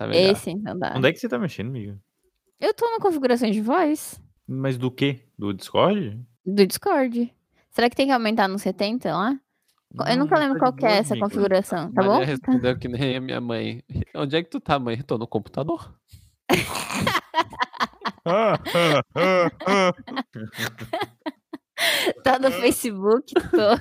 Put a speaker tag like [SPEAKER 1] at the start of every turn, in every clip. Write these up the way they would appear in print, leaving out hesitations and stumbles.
[SPEAKER 1] Tá melhor.
[SPEAKER 2] Esse então dá.
[SPEAKER 3] Onde é que você tá mexendo, amigo?
[SPEAKER 2] Eu tô na configuração de voz
[SPEAKER 3] Mas do quê? Do Discord?
[SPEAKER 2] do Discord. Será que tem que aumentar no 70 lá? Eu nunca lembro qual que é essa configuração, tá
[SPEAKER 1] Maria
[SPEAKER 2] bom?
[SPEAKER 1] respondeu que nem a minha mãe. Onde é que tu tá, mãe? Tô no computador.
[SPEAKER 2] Tá no Facebook, tô.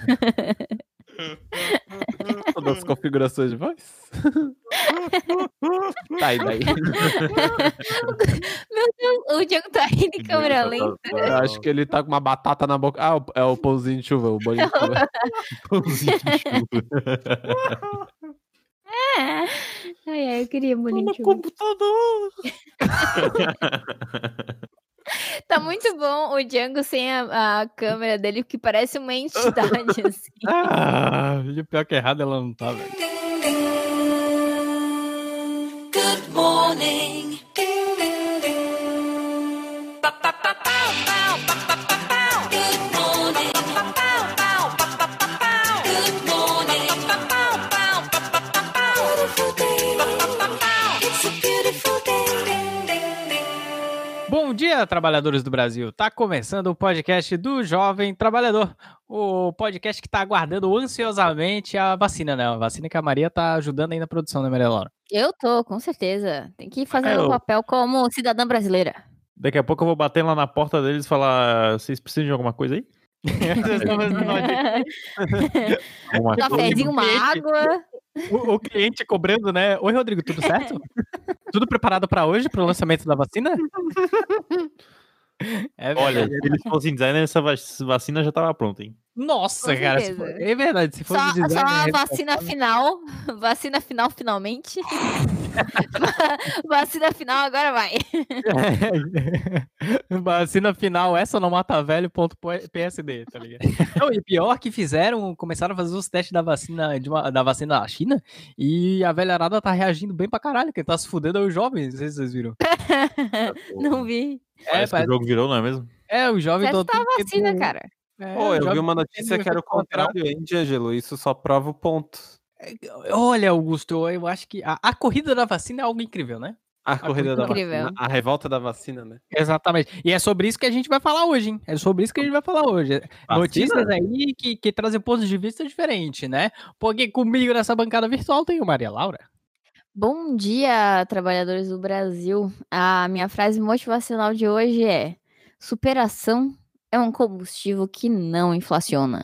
[SPEAKER 1] Todas as configurações de voz. Tá, e daí?
[SPEAKER 2] Meu Deus, o Diego tá rindo em câmera lenta.
[SPEAKER 1] Eu acho que ele tá com uma batata na boca. Ah, é o pãozinho de chuva, o bolinho de chuva.
[SPEAKER 3] Pãozinho de chuva.
[SPEAKER 2] Ai, eu queria bolinho
[SPEAKER 1] No
[SPEAKER 2] de chuva.
[SPEAKER 1] computador.
[SPEAKER 2] Tá muito bom o Django sem a câmera dele, que parece uma entidade, assim.
[SPEAKER 4] E o pior que é errado, ela não tá, velho.
[SPEAKER 5] Good morning. Ding, ding, ding. Ba, ba, ba, bow, bow, ba, ba, ba, bow. Good morning. Ba, bow, bow, ba, ba, ba, bow. Good morning. Ba, bow, bow, ba, ba, ba, bow. Beautiful day. Ba, ba, ba, bow. It's a beautiful day. Ding, ding, ding.
[SPEAKER 4] Bom dia, trabalhadores do Brasil. Tá começando o podcast do Jovem Trabalhador. O podcast que tá aguardando ansiosamente a vacina, né? A vacina que a Maria tá ajudando aí na produção, né, Maria Laura?
[SPEAKER 2] Eu tô, com certeza. Tem que fazer meu papel como cidadã brasileira.
[SPEAKER 3] Daqui a pouco eu vou bater lá na porta deles e falar: vocês precisam de alguma coisa aí? Alguma coisa?
[SPEAKER 2] Cafézinho, uma água.
[SPEAKER 4] O cliente cobrando, né? Oi, Rodrigo, tudo certo? Tudo preparado pra hoje, pro lançamento da vacina? É
[SPEAKER 3] Olha,
[SPEAKER 4] verdade.
[SPEAKER 3] se eles fossem designer, essa vacina já tava pronta, hein?
[SPEAKER 4] Nossa,
[SPEAKER 2] Com
[SPEAKER 4] cara.
[SPEAKER 2] certeza.
[SPEAKER 4] É verdade. Se fosse
[SPEAKER 2] Só
[SPEAKER 4] designer,
[SPEAKER 2] a vacina final. Vacina final, finalmente. Vacina final, agora vai.
[SPEAKER 4] Vacina final, essa não mata velho.psd, tá ligado? Não, e pior que começaram a fazer os testes da vacina da vacina da China e a velharada tá reagindo bem pra caralho. Quem tá se fudendo é os jovens, não sei se vocês viram.
[SPEAKER 2] Não vi.
[SPEAKER 3] Parece que o jogo virou, não é mesmo?
[SPEAKER 4] O jovem
[SPEAKER 2] Testa a vacina, cara.
[SPEAKER 1] Pô, eu vi uma notícia que era o contrário, hein, D'Angelo? Isso só prova o ponto.
[SPEAKER 4] Olha, Augusto, eu acho que a corrida da vacina é algo incrível, né?
[SPEAKER 1] A corrida da
[SPEAKER 2] incrível.
[SPEAKER 1] vacina, a revolta da vacina, né?
[SPEAKER 4] Exatamente. E é sobre isso que a gente vai falar hoje, hein? É sobre isso que a gente vai falar hoje. Notícias aí que trazem pontos de vista diferentes, né? Porque comigo nessa bancada virtual tem o Maria Laura.
[SPEAKER 2] Bom dia, trabalhadores do Brasil. A minha frase motivacional de hoje é: superação é um combustível que não inflaciona.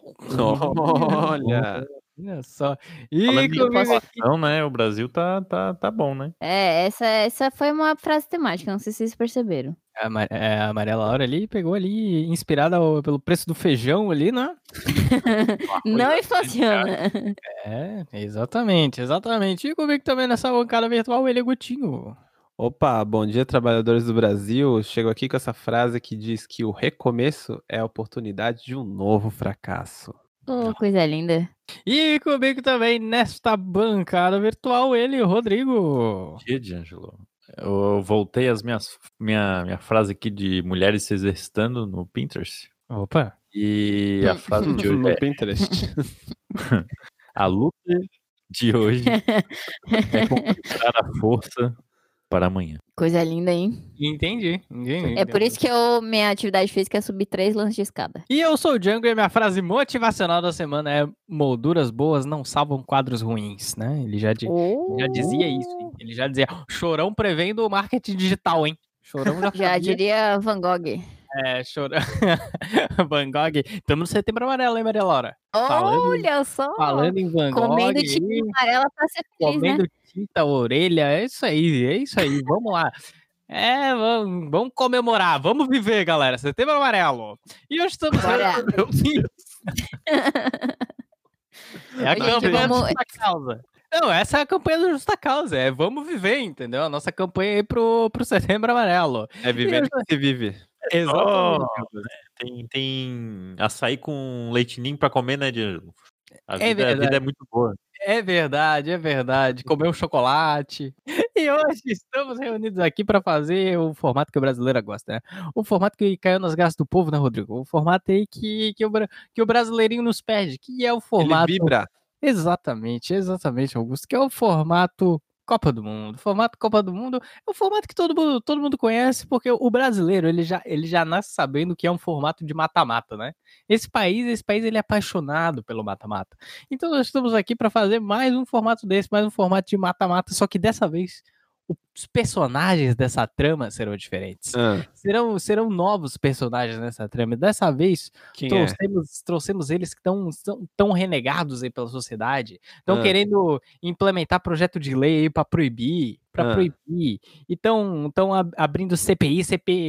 [SPEAKER 1] Olha.
[SPEAKER 4] Olha só.
[SPEAKER 3] Falando
[SPEAKER 4] E
[SPEAKER 3] em
[SPEAKER 4] comigo aqui.
[SPEAKER 3] inflação, né? O Brasil tá bom, né?
[SPEAKER 2] Essa foi uma frase temática, não sei se vocês perceberam.
[SPEAKER 4] A Maria Laura ali pegou ali, inspirada pelo preço do feijão ali, né?
[SPEAKER 2] Não inflaciona.
[SPEAKER 4] Exatamente. E comigo também nessa bancada virtual, ele é Gutinho.
[SPEAKER 1] Opa, bom dia, trabalhadores do Brasil. Chego aqui com essa frase que diz que o recomeço é a oportunidade de um novo fracasso.
[SPEAKER 2] Oh, coisa linda.
[SPEAKER 4] E comigo também nesta bancada virtual, ele, Rodrigo.
[SPEAKER 3] Bom dia, D'Angelo. Eu voltei minha frase aqui de mulheres se exercitando no Pinterest.
[SPEAKER 4] Opa.
[SPEAKER 3] E a frase de hoje
[SPEAKER 1] No
[SPEAKER 3] é:
[SPEAKER 1] Pinterest.
[SPEAKER 3] a luta de hoje é conquistar a força para amanhã.
[SPEAKER 2] Coisa linda, hein?
[SPEAKER 4] Entendi.
[SPEAKER 2] É por isso que minha atividade física é subir 3 lances de escada.
[SPEAKER 4] E eu sou o Django e a minha frase motivacional da semana é: molduras boas não salvam quadros ruins, né? Ele já dizia isso, hein? Ele já dizia: Chorão prevendo o marketing digital, hein? Chorão
[SPEAKER 2] Já diria Van Gogh.
[SPEAKER 4] Chorão. Van Gogh. Estamos no Setembro Amarelo, hein, Maria Laura?
[SPEAKER 2] Olha só!
[SPEAKER 4] Falando em Van Gogh.
[SPEAKER 2] Comendo tinta amarela pra ser feliz,
[SPEAKER 4] Comendo
[SPEAKER 2] né?
[SPEAKER 4] tinta, orelha, é isso aí, vamos lá. Vamos comemorar, vamos viver, galera. Setembro Amarelo. E hoje estamos...
[SPEAKER 2] Bora.
[SPEAKER 4] Meu Deus. É a
[SPEAKER 2] Gente,
[SPEAKER 4] campanha
[SPEAKER 2] vamos-
[SPEAKER 4] da Justa Causa. Não, essa é a campanha da Justa Causa, vamos viver, entendeu? A nossa campanha aí pro Setembro Amarelo.
[SPEAKER 1] É vivendo que se vive.
[SPEAKER 4] Exatamente.
[SPEAKER 3] Tem açaí com leite ninho pra comer, né, D'Angelo? A
[SPEAKER 4] verdade.
[SPEAKER 3] vida é muito boa.
[SPEAKER 4] É verdade. Comer um chocolate. E hoje estamos reunidos aqui para fazer o formato que o brasileiro gosta, né? O formato que caiu nas graças do povo, né, Rodrigo? O formato aí que o brasileirinho nos pede, que é o formato...
[SPEAKER 1] Ele vibra.
[SPEAKER 4] Exatamente, Augusto, que é o formato Copa do Mundo. Formato Copa do Mundo é um formato que todo mundo conhece, porque o brasileiro, ele já nasce sabendo que é um formato de mata-mata, né? Esse país, ele é apaixonado pelo mata-mata. Então nós estamos aqui para fazer mais um formato desse, mais um formato de mata-mata, só que dessa vez os personagens dessa trama serão diferentes. Serão novos personagens nessa trama. Dessa vez,
[SPEAKER 1] Quem
[SPEAKER 4] trouxemos eles que estão tão renegados aí pela sociedade. Estão querendo implementar projeto de lei aí para proibir. E estão abrindo CPI,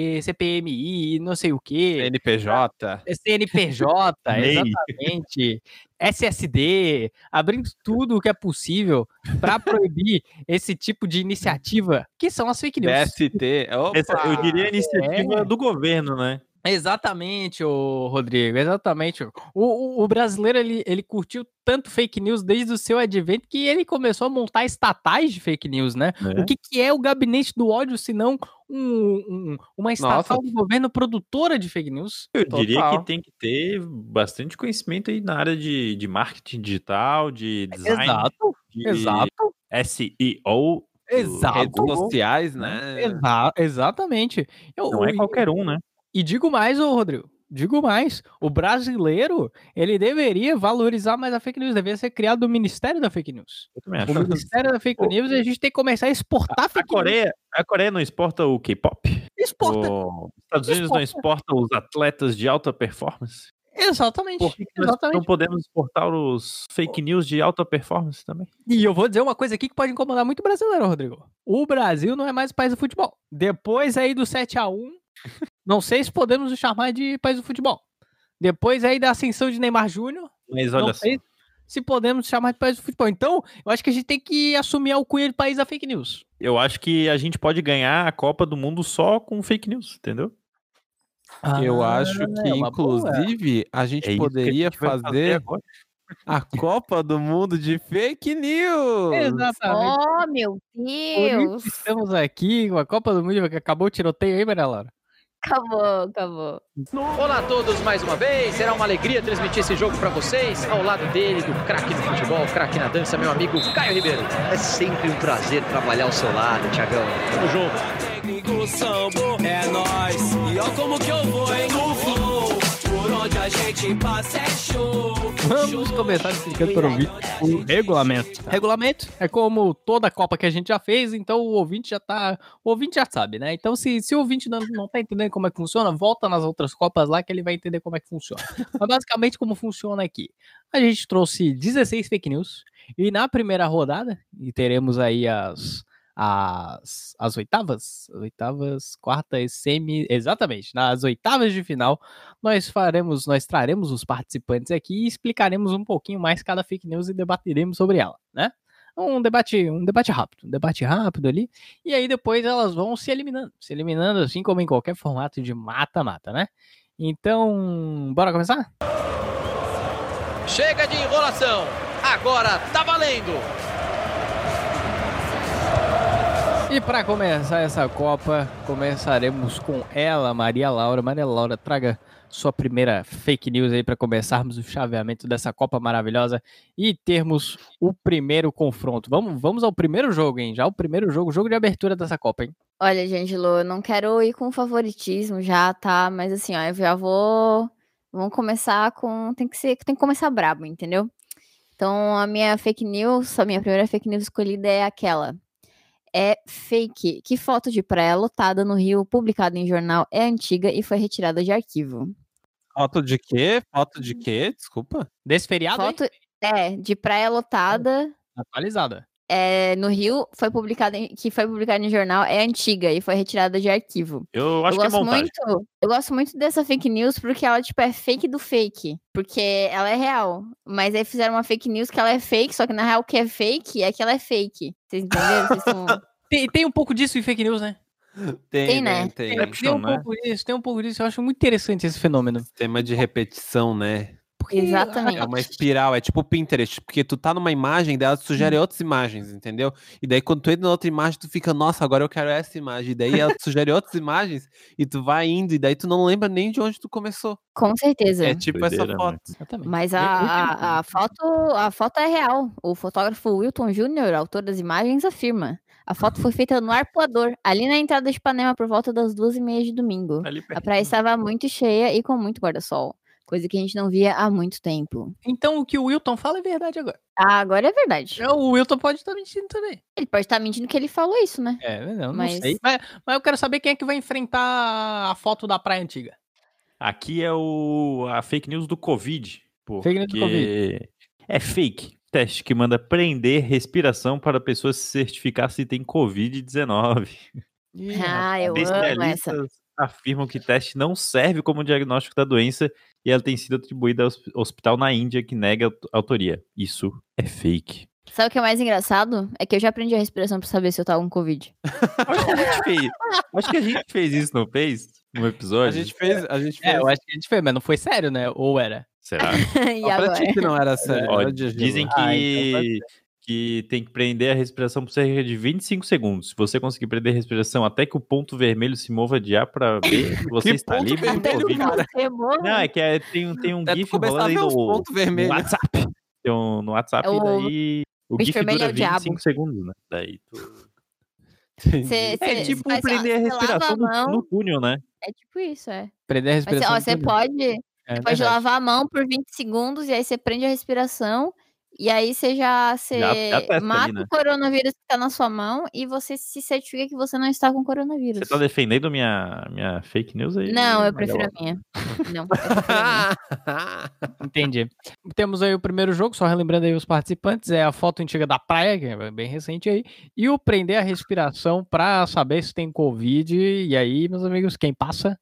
[SPEAKER 4] CPMI, não sei o quê.
[SPEAKER 1] CNPJ.
[SPEAKER 4] CNPJ, exatamente. SSD, abrindo tudo o que é possível para proibir esse tipo de iniciativa, que são as fake news.
[SPEAKER 1] DST. Opa!
[SPEAKER 3] Eu diria a iniciativa do governo, né?
[SPEAKER 4] Exatamente, ô Rodrigo, exatamente. O brasileiro, ele curtiu tanto fake news desde o seu advento que ele começou a montar estatais de fake news, né? O que é o gabinete do ódio, se não uma estatal do governo produtora de fake news?
[SPEAKER 3] Eu diria que tem que ter bastante conhecimento aí na área de marketing digital, de design,
[SPEAKER 4] Exato.
[SPEAKER 3] SEO,
[SPEAKER 1] redes sociais, né?
[SPEAKER 4] Exatamente.
[SPEAKER 3] Não é qualquer um, né?
[SPEAKER 4] E digo mais, ô Rodrigo, o brasileiro, ele deveria valorizar mais a fake news, deveria ser criado o Ministério da Fake News.
[SPEAKER 3] Eu também acho.
[SPEAKER 4] O Ministério da Fake News, e a gente tem que começar a exportar fake news.
[SPEAKER 3] A Coreia não exporta o K-pop?
[SPEAKER 4] Exporta.
[SPEAKER 3] Os Estados Unidos não exportam os atletas de alta performance?
[SPEAKER 4] Exatamente.
[SPEAKER 3] Por que nós não podemos exportar os fake news de alta performance também?
[SPEAKER 4] E eu vou dizer uma coisa aqui que pode incomodar muito o brasileiro, Rodrigo. O Brasil não é mais o país do futebol. Depois aí do 7-1, não sei se podemos nos chamar de país do futebol. Depois aí da ascensão de Neymar Júnior,
[SPEAKER 3] Mas olha
[SPEAKER 4] não sei se podemos chamar de país do futebol. Então, eu acho que a gente tem que assumir a alcunha de país da fake news.
[SPEAKER 3] Eu acho que a gente pode ganhar a Copa do Mundo só com fake news, entendeu?
[SPEAKER 1] Eu acho que, inclusive, a gente poderia fazer a Copa do Mundo de fake news.
[SPEAKER 4] Exatamente.
[SPEAKER 2] Oh, meu
[SPEAKER 4] Por isso
[SPEAKER 2] Deus!
[SPEAKER 4] estamos aqui com a Copa do Mundo, que acabou o tiroteio aí, Maria Laura.
[SPEAKER 2] Acabou.
[SPEAKER 6] Olá a todos mais uma vez, será uma alegria transmitir esse jogo pra vocês, ao lado dele, do craque no futebol, craque na dança, meu amigo Caio Ribeiro.
[SPEAKER 7] É sempre um prazer trabalhar ao seu lado, Thiagão.
[SPEAKER 6] Tamo junto.
[SPEAKER 5] Técnico Sambo é nóis. E ó como que eu vou, hein? No flow, por onde a gente passa é show.
[SPEAKER 4] Vamos começar explicando para o ouvinte o regulamento. Regulamento é como toda a Copa que a gente já fez, então o ouvinte já sabe, né? Então se o ouvinte não tá entendendo como é que funciona, volta nas outras Copas lá que ele vai entender como é que funciona. Mas basicamente como funciona aqui. A gente trouxe 16 fake news e na primeira rodada, e teremos aí as oitavas, quartas, exatamente, nas oitavas de final, nós traremos os participantes aqui e explicaremos um pouquinho mais cada fake news e debateremos sobre ela, né? Um debate rápido ali, e aí depois elas vão se eliminando assim como em qualquer formato de mata-mata, né? Então, bora começar?
[SPEAKER 6] Chega de enrolação, agora tá valendo!
[SPEAKER 4] E para começar essa Copa, começaremos com ela, Maria Laura. Maria Laura, traga sua primeira fake news aí para começarmos o chaveamento dessa Copa maravilhosa e termos o primeiro confronto. Vamos ao primeiro jogo, hein? Já o primeiro jogo de abertura dessa Copa, hein?
[SPEAKER 2] Olha, gente, Lô, eu não quero ir com favoritismo já, tá? Mas assim, ó, eu já vou... Vamos começar com... Tem que começar brabo, entendeu? Então, a minha primeira fake news escolhida é aquela... É fake. Que foto de praia lotada no Rio, publicada em jornal, é antiga e foi retirada de arquivo.
[SPEAKER 1] Foto de quê? Foto de quê? Desculpa.
[SPEAKER 4] Desse feriado,
[SPEAKER 2] Foto de praia lotada
[SPEAKER 4] atualizada.
[SPEAKER 2] no Rio, que foi publicada em jornal, é antiga e foi retirada de arquivo.
[SPEAKER 3] Eu acho que é montagem.
[SPEAKER 2] Eu gosto muito dessa fake news porque ela, tipo, é fake do fake. Porque ela é real. Mas aí fizeram uma fake news que ela é fake, só que na real o que é fake é que ela é fake. Vocês entenderam? Vocês são...
[SPEAKER 4] Tem um pouco disso em fake news, né?
[SPEAKER 2] Tem, né?
[SPEAKER 1] Tem.
[SPEAKER 4] Tem um pouco disso. Eu acho muito interessante esse fenômeno.
[SPEAKER 1] Tema de repetição, né?
[SPEAKER 4] porque...
[SPEAKER 2] Exatamente.
[SPEAKER 1] É uma espiral, é tipo o Pinterest, porque tu tá numa imagem, daí ela te sugere outras imagens, entendeu? E daí quando tu entra na outra imagem, tu fica, nossa, agora eu quero essa imagem. E daí ela te sugere outras imagens e tu vai indo, e daí tu não lembra nem de onde tu começou.
[SPEAKER 2] Com certeza.
[SPEAKER 1] É tipo essa
[SPEAKER 3] Doideira,
[SPEAKER 1] foto.
[SPEAKER 4] Exatamente.
[SPEAKER 2] Mas
[SPEAKER 4] Eu-
[SPEAKER 2] a foto é real. O fotógrafo Wilton Júnior, autor das imagens, afirma. A foto foi feita no Arpoador, ali na entrada de Ipanema, por volta das 2h30 de domingo.
[SPEAKER 3] Ali
[SPEAKER 2] A
[SPEAKER 3] pertinho.
[SPEAKER 2] praia estava muito cheia e com muito guarda-sol. Coisa que a gente não via há muito tempo.
[SPEAKER 4] Então o que o Wilton fala é verdade agora.
[SPEAKER 2] Ah, agora é verdade.
[SPEAKER 4] O Wilton pode estar mentindo também.
[SPEAKER 2] Ele pode estar mentindo que ele falou isso, né?
[SPEAKER 4] Não
[SPEAKER 2] Mas-
[SPEAKER 4] sei. Mas eu quero saber quem é que vai enfrentar a foto da praia antiga.
[SPEAKER 3] Aqui é a fake news do Covid.
[SPEAKER 4] Fake news do
[SPEAKER 3] Porque é fake. Teste que manda prender respiração para a pessoa se certificar se tem Covid-19.
[SPEAKER 2] Ah, eu amo essa.
[SPEAKER 3] Especialistas afirmam que teste não serve como diagnóstico da doença e ela tem sido atribuída ao hospital na Índia que nega a autoria. Isso é fake.
[SPEAKER 2] Sabe o que é mais engraçado? É que eu já aprendi a respiração pra saber se eu tava com Covid.
[SPEAKER 3] Acho que a gente fez isso, não fez? No
[SPEAKER 1] A
[SPEAKER 3] episódio?
[SPEAKER 1] gente fez.
[SPEAKER 4] eu acho que a gente fez, mas não foi sério, né? Ou era?
[SPEAKER 3] Será?
[SPEAKER 2] E
[SPEAKER 1] Só pra
[SPEAKER 2] agora?
[SPEAKER 1] ti que não era sério.
[SPEAKER 3] Ó,
[SPEAKER 1] era de gelo.
[SPEAKER 3] dizem
[SPEAKER 4] Ah, então pode
[SPEAKER 3] que tem que prender a respiração por cerca de 25 segundos. Se você conseguir prender a respiração até que o ponto vermelho se mova de A para B, você
[SPEAKER 1] Que
[SPEAKER 3] está
[SPEAKER 1] ponto
[SPEAKER 3] livre do
[SPEAKER 1] vermelho,
[SPEAKER 3] Covid.
[SPEAKER 1] cara?
[SPEAKER 3] Não, é que tem um
[SPEAKER 1] É tu
[SPEAKER 3] GIF
[SPEAKER 1] começar
[SPEAKER 3] rolando
[SPEAKER 1] a
[SPEAKER 3] aí
[SPEAKER 1] ver os
[SPEAKER 3] no
[SPEAKER 1] pontos vermelhos.
[SPEAKER 3] WhatsApp. Tem no WhatsApp,
[SPEAKER 2] O
[SPEAKER 3] daí o
[SPEAKER 2] bicho
[SPEAKER 3] GIF
[SPEAKER 2] vermelho
[SPEAKER 3] dura
[SPEAKER 2] é o diabo.
[SPEAKER 3] 25 segundos, né? Daí tu...
[SPEAKER 2] Cê
[SPEAKER 3] É tipo
[SPEAKER 2] faz, ó,
[SPEAKER 3] prender a
[SPEAKER 2] você lava
[SPEAKER 3] respiração
[SPEAKER 2] a mão.
[SPEAKER 3] no túnel, né?
[SPEAKER 2] É tipo isso, é.
[SPEAKER 4] Prender a
[SPEAKER 2] Mas
[SPEAKER 4] respiração.
[SPEAKER 2] ó, você
[SPEAKER 4] tudo.
[SPEAKER 2] pode
[SPEAKER 4] É
[SPEAKER 2] pode
[SPEAKER 4] verdade.
[SPEAKER 2] lavar a mão por 20 segundos e aí você prende a respiração e aí você
[SPEAKER 3] Já testa ali,
[SPEAKER 2] mata
[SPEAKER 3] né?
[SPEAKER 2] o coronavírus que tá na sua mão e você se certifica que você não está com coronavírus.
[SPEAKER 3] Você tá defendendo minha fake news aí?
[SPEAKER 2] Não, eu
[SPEAKER 3] Magalhães?
[SPEAKER 2] prefiro a minha. Não, eu prefiro a minha.
[SPEAKER 4] Entendi. Temos aí o primeiro jogo, só relembrando aí os participantes, é a foto antiga da praia, que é bem recente aí, e o prender a respiração pra saber se tem Covid. E aí, meus amigos, quem passa?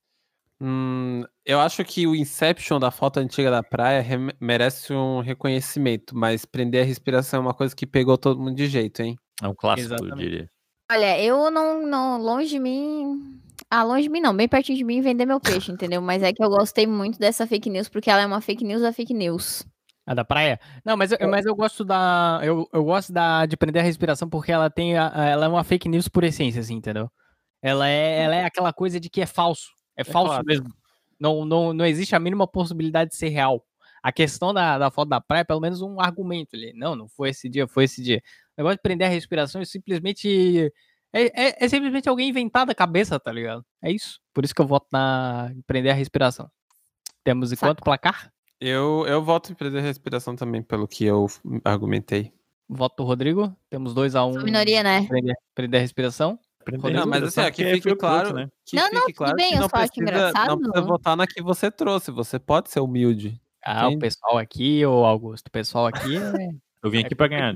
[SPEAKER 1] Eu acho que o Inception da foto antiga da praia merece um reconhecimento, mas prender a respiração é uma coisa que pegou todo mundo de jeito, hein?
[SPEAKER 3] É um clássico, eu
[SPEAKER 4] Exatamente.
[SPEAKER 3] diria.
[SPEAKER 2] Olha, eu não longe de mim. Ah, longe de mim não, bem pertinho de mim vender meu peixe, entendeu? Mas é que eu gostei muito dessa fake news porque ela é uma fake news da fake news.
[SPEAKER 4] A da praia? Não, mas eu gosto eu gosto de prender a respiração porque ela tem ela é uma fake news por essência, assim, entendeu? Ela é aquela coisa de que é falso. É falso
[SPEAKER 1] claro.
[SPEAKER 4] mesmo. Não existe a mínima possibilidade de ser real. A questão da foto da praia é pelo menos um argumento ali. Não foi esse dia, foi esse dia. O negócio de prender a respiração é simplesmente... É simplesmente alguém inventar da cabeça, tá ligado? É isso. Por isso que eu voto em prender a respiração. Temos
[SPEAKER 2] Saco.
[SPEAKER 4] quanto placar?
[SPEAKER 1] Eu voto em prender a respiração também, pelo que eu argumentei.
[SPEAKER 4] Voto do Rodrigo. Temos 2-1.
[SPEAKER 2] Sou minoria, né?
[SPEAKER 4] Prender a respiração.
[SPEAKER 1] Não, mas assim, ó, que fique claro,
[SPEAKER 3] né?
[SPEAKER 1] que
[SPEAKER 2] Não,
[SPEAKER 1] fique
[SPEAKER 2] tudo
[SPEAKER 1] claro
[SPEAKER 2] bem,
[SPEAKER 1] que
[SPEAKER 2] eu
[SPEAKER 1] não
[SPEAKER 2] só acho
[SPEAKER 1] precisa
[SPEAKER 2] engraçado.
[SPEAKER 1] votar na que você trouxe. Você pode ser humilde.
[SPEAKER 4] Ah, o
[SPEAKER 1] Entendi.
[SPEAKER 4] pessoal aqui, ô Augusto, o pessoal aqui
[SPEAKER 3] Eu vim aqui pra ganhar,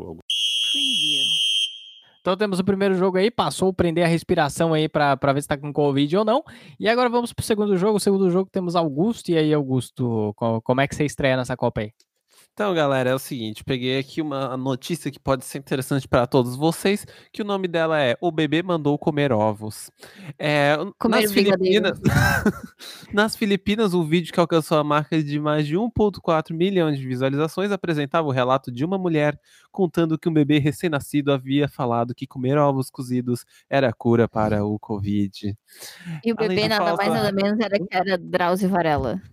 [SPEAKER 4] Então temos o primeiro jogo aí, passou o prender a respiração aí pra ver se tá com Covid ou não. E agora vamos pro segundo jogo. O segundo jogo temos Augusto. E aí, Augusto, como é que você estreia nessa Copa aí?
[SPEAKER 1] Então, galera, é o seguinte, peguei aqui uma notícia que pode ser interessante para todos vocês, que o nome dela é O Bebê Mandou Comer Ovos.
[SPEAKER 2] Comer
[SPEAKER 1] Nas
[SPEAKER 2] brigadeiro.
[SPEAKER 1] Filipinas, nas Filipinas, o vídeo que alcançou a marca de mais de 1,4 milhões de visualizações apresentava o relato de uma mulher contando que um bebê recém-nascido havia falado que comer ovos cozidos era a cura para o Covid.
[SPEAKER 2] E o
[SPEAKER 1] Além
[SPEAKER 2] bebê
[SPEAKER 1] de
[SPEAKER 2] nada mais
[SPEAKER 1] falsa-
[SPEAKER 2] nada menos era Drauzio Varela.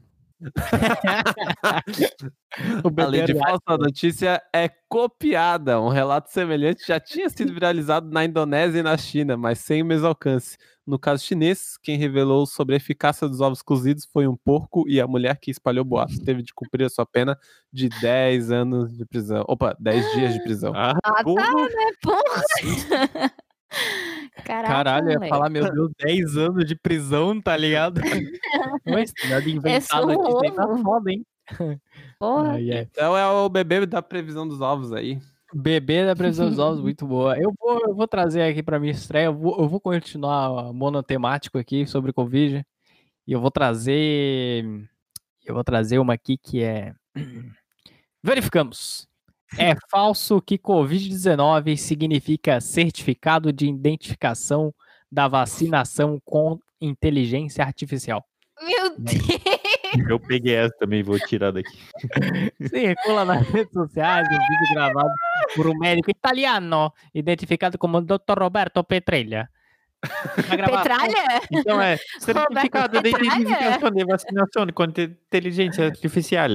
[SPEAKER 1] Além de falsa, a notícia é copiada. Um relato semelhante já tinha sido viralizado na Indonésia e na China, mas sem o mesmo alcance. No caso chinês, quem revelou sobre a eficácia dos ovos cozidos foi um porco e a mulher que espalhou boatos teve de cumprir a sua pena de 10 anos de prisão. Opa, 10 dias de prisão.
[SPEAKER 2] Ah, tá, né? Porra! Caraca,
[SPEAKER 4] Caralho, eu ia
[SPEAKER 2] moleque.
[SPEAKER 4] falar, meu Deus, 10 anos de prisão, tá ligado? Mas nada inventado
[SPEAKER 2] É
[SPEAKER 4] aqui,
[SPEAKER 2] só
[SPEAKER 4] tem tá
[SPEAKER 2] ovo.
[SPEAKER 4] foda, hein?
[SPEAKER 2] Porra.
[SPEAKER 4] Ai, ai.
[SPEAKER 1] Então é o bebê da previsão dos ovos aí.
[SPEAKER 4] Bebê da previsão dos ovos, muito boa. Eu vou trazer aqui pra minha estreia, eu vou continuar monotemático aqui sobre Covid. E eu vou trazer uma aqui que é... Verificamos. É falso que Covid-19 significa certificado de identificação da vacinação com inteligência artificial.
[SPEAKER 2] Meu Deus!
[SPEAKER 3] Eu peguei essa também, vou tirar daqui.
[SPEAKER 4] Circula nas redes sociais um vídeo gravado por um médico italiano, identificado como Dr. Roberto Petrella. Na gravação-
[SPEAKER 2] Petralha?
[SPEAKER 3] Então certificado de
[SPEAKER 2] Petralha?
[SPEAKER 3] identificação de vacinação com inteligência artificial.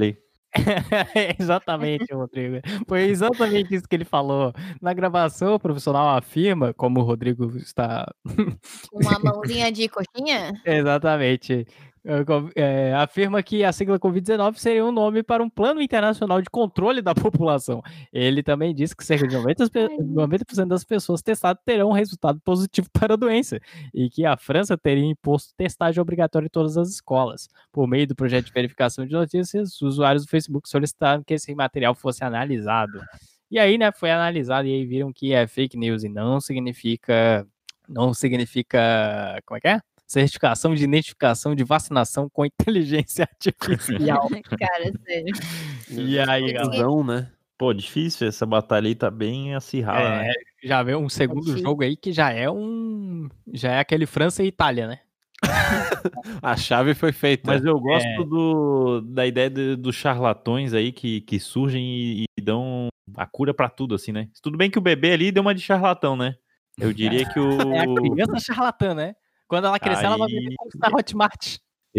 [SPEAKER 4] Exatamente, Rodrigo. Foi exatamente isso que ele falou. Na gravação, o profissional afirma, como o Rodrigo está.
[SPEAKER 2] Uma mãozinha de coxinha?
[SPEAKER 4] Exatamente. Afirma que a sigla Covid-19 seria um nome para um plano internacional de controle da população. Ele também disse que cerca de 90% das pessoas testadas terão um resultado positivo para a doença e que a França teria imposto testagem obrigatória em todas as escolas. Por meio do projeto de verificação de notícias, os usuários do Facebook solicitaram que esse material fosse analisado. E aí, né, foi analisado e aí viram que é fake news e não significa, como é que é? Certificação de identificação de vacinação com inteligência artificial.
[SPEAKER 2] Cara, sério.
[SPEAKER 4] E aí, galera?
[SPEAKER 1] Não, né?
[SPEAKER 3] Pô, difícil, essa batalha aí tá bem acirrada, né?
[SPEAKER 4] Já veio um segundo
[SPEAKER 2] difícil.
[SPEAKER 4] jogo aí que já é aquele França e Itália, né?
[SPEAKER 1] A chave foi feita.
[SPEAKER 3] Mas eu gosto da ideia dos charlatões aí que surgem e dão a cura pra tudo, assim, né? Tudo bem que o bebê ali deu uma de charlatão, né? Eu diria que
[SPEAKER 4] É a criança charlatã, né? Quando ela crescer, ela vai
[SPEAKER 3] Aí-
[SPEAKER 4] conquistar a Hotmart.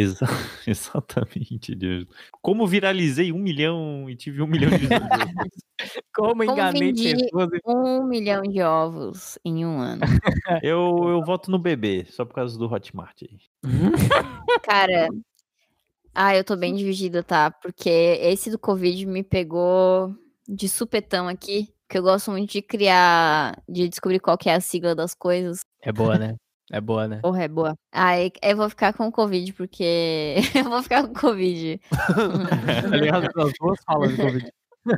[SPEAKER 3] Exatamente, Deus. Como viralizei 1 milhão e tive 1 milhão de visualizações.
[SPEAKER 4] Como enganei
[SPEAKER 2] vendi
[SPEAKER 4] pessoas.
[SPEAKER 2] 1 milhão de ovos em um ano.
[SPEAKER 3] Eu voto no bebê, só por causa do Hotmart aí.
[SPEAKER 2] Cara, eu tô bem dividida, tá? Porque esse do Covid me pegou de supetão aqui, porque eu gosto muito de descobrir qual que é a sigla das coisas.
[SPEAKER 4] É boa, né? É boa, né?
[SPEAKER 2] Porra, é boa. Aí eu vou ficar com o Covid, porque eu vou ficar com o Covid.
[SPEAKER 4] Aliás, as duas falam de Covid.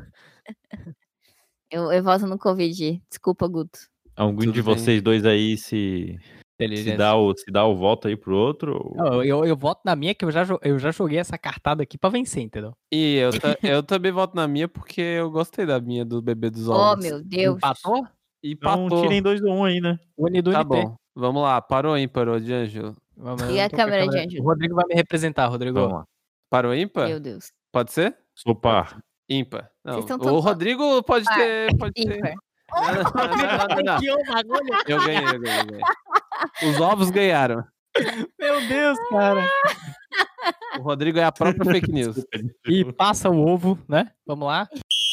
[SPEAKER 2] Eu voto no Covid. Desculpa, Guto.
[SPEAKER 3] Algum
[SPEAKER 1] Tudo
[SPEAKER 3] de
[SPEAKER 1] bem.
[SPEAKER 3] vocês dois aí se dá o voto aí pro outro? ou-
[SPEAKER 4] Não, eu voto na minha, que eu já joguei essa cartada aqui pra vencer, entendeu?
[SPEAKER 1] E eu também voto na minha porque eu gostei da minha do bebê dos
[SPEAKER 2] Oh,
[SPEAKER 1] ovos.
[SPEAKER 2] meu Deus.
[SPEAKER 4] Empatou?
[SPEAKER 3] Então
[SPEAKER 1] Empatou.
[SPEAKER 3] tirem 2 ou 1 aí, né?
[SPEAKER 4] Une do
[SPEAKER 1] Tá
[SPEAKER 4] NT.
[SPEAKER 1] bom. Vamos lá. Parou ou ímpar, de Ângelo?
[SPEAKER 4] Vamos, eu
[SPEAKER 2] E a
[SPEAKER 4] não tô com
[SPEAKER 2] câmera de Ângelo?
[SPEAKER 4] O Rodrigo vai me representar, Rodrigo.
[SPEAKER 3] Vamos lá.
[SPEAKER 1] Parou ímpar?
[SPEAKER 2] Meu Deus.
[SPEAKER 1] Pode ser?
[SPEAKER 3] Sou par.
[SPEAKER 1] Ímpar. Não,
[SPEAKER 2] Vocês estão
[SPEAKER 1] o
[SPEAKER 2] todos-
[SPEAKER 1] Rodrigo pode
[SPEAKER 2] Par.
[SPEAKER 1] ter. Pode ter.
[SPEAKER 2] Ímpar.
[SPEAKER 1] Não. Eu ganhei. Os ovos ganharam.
[SPEAKER 4] Meu Deus, cara.
[SPEAKER 1] O Rodrigo é a própria fake news.
[SPEAKER 4] E passa o ovo, né? Vamos lá.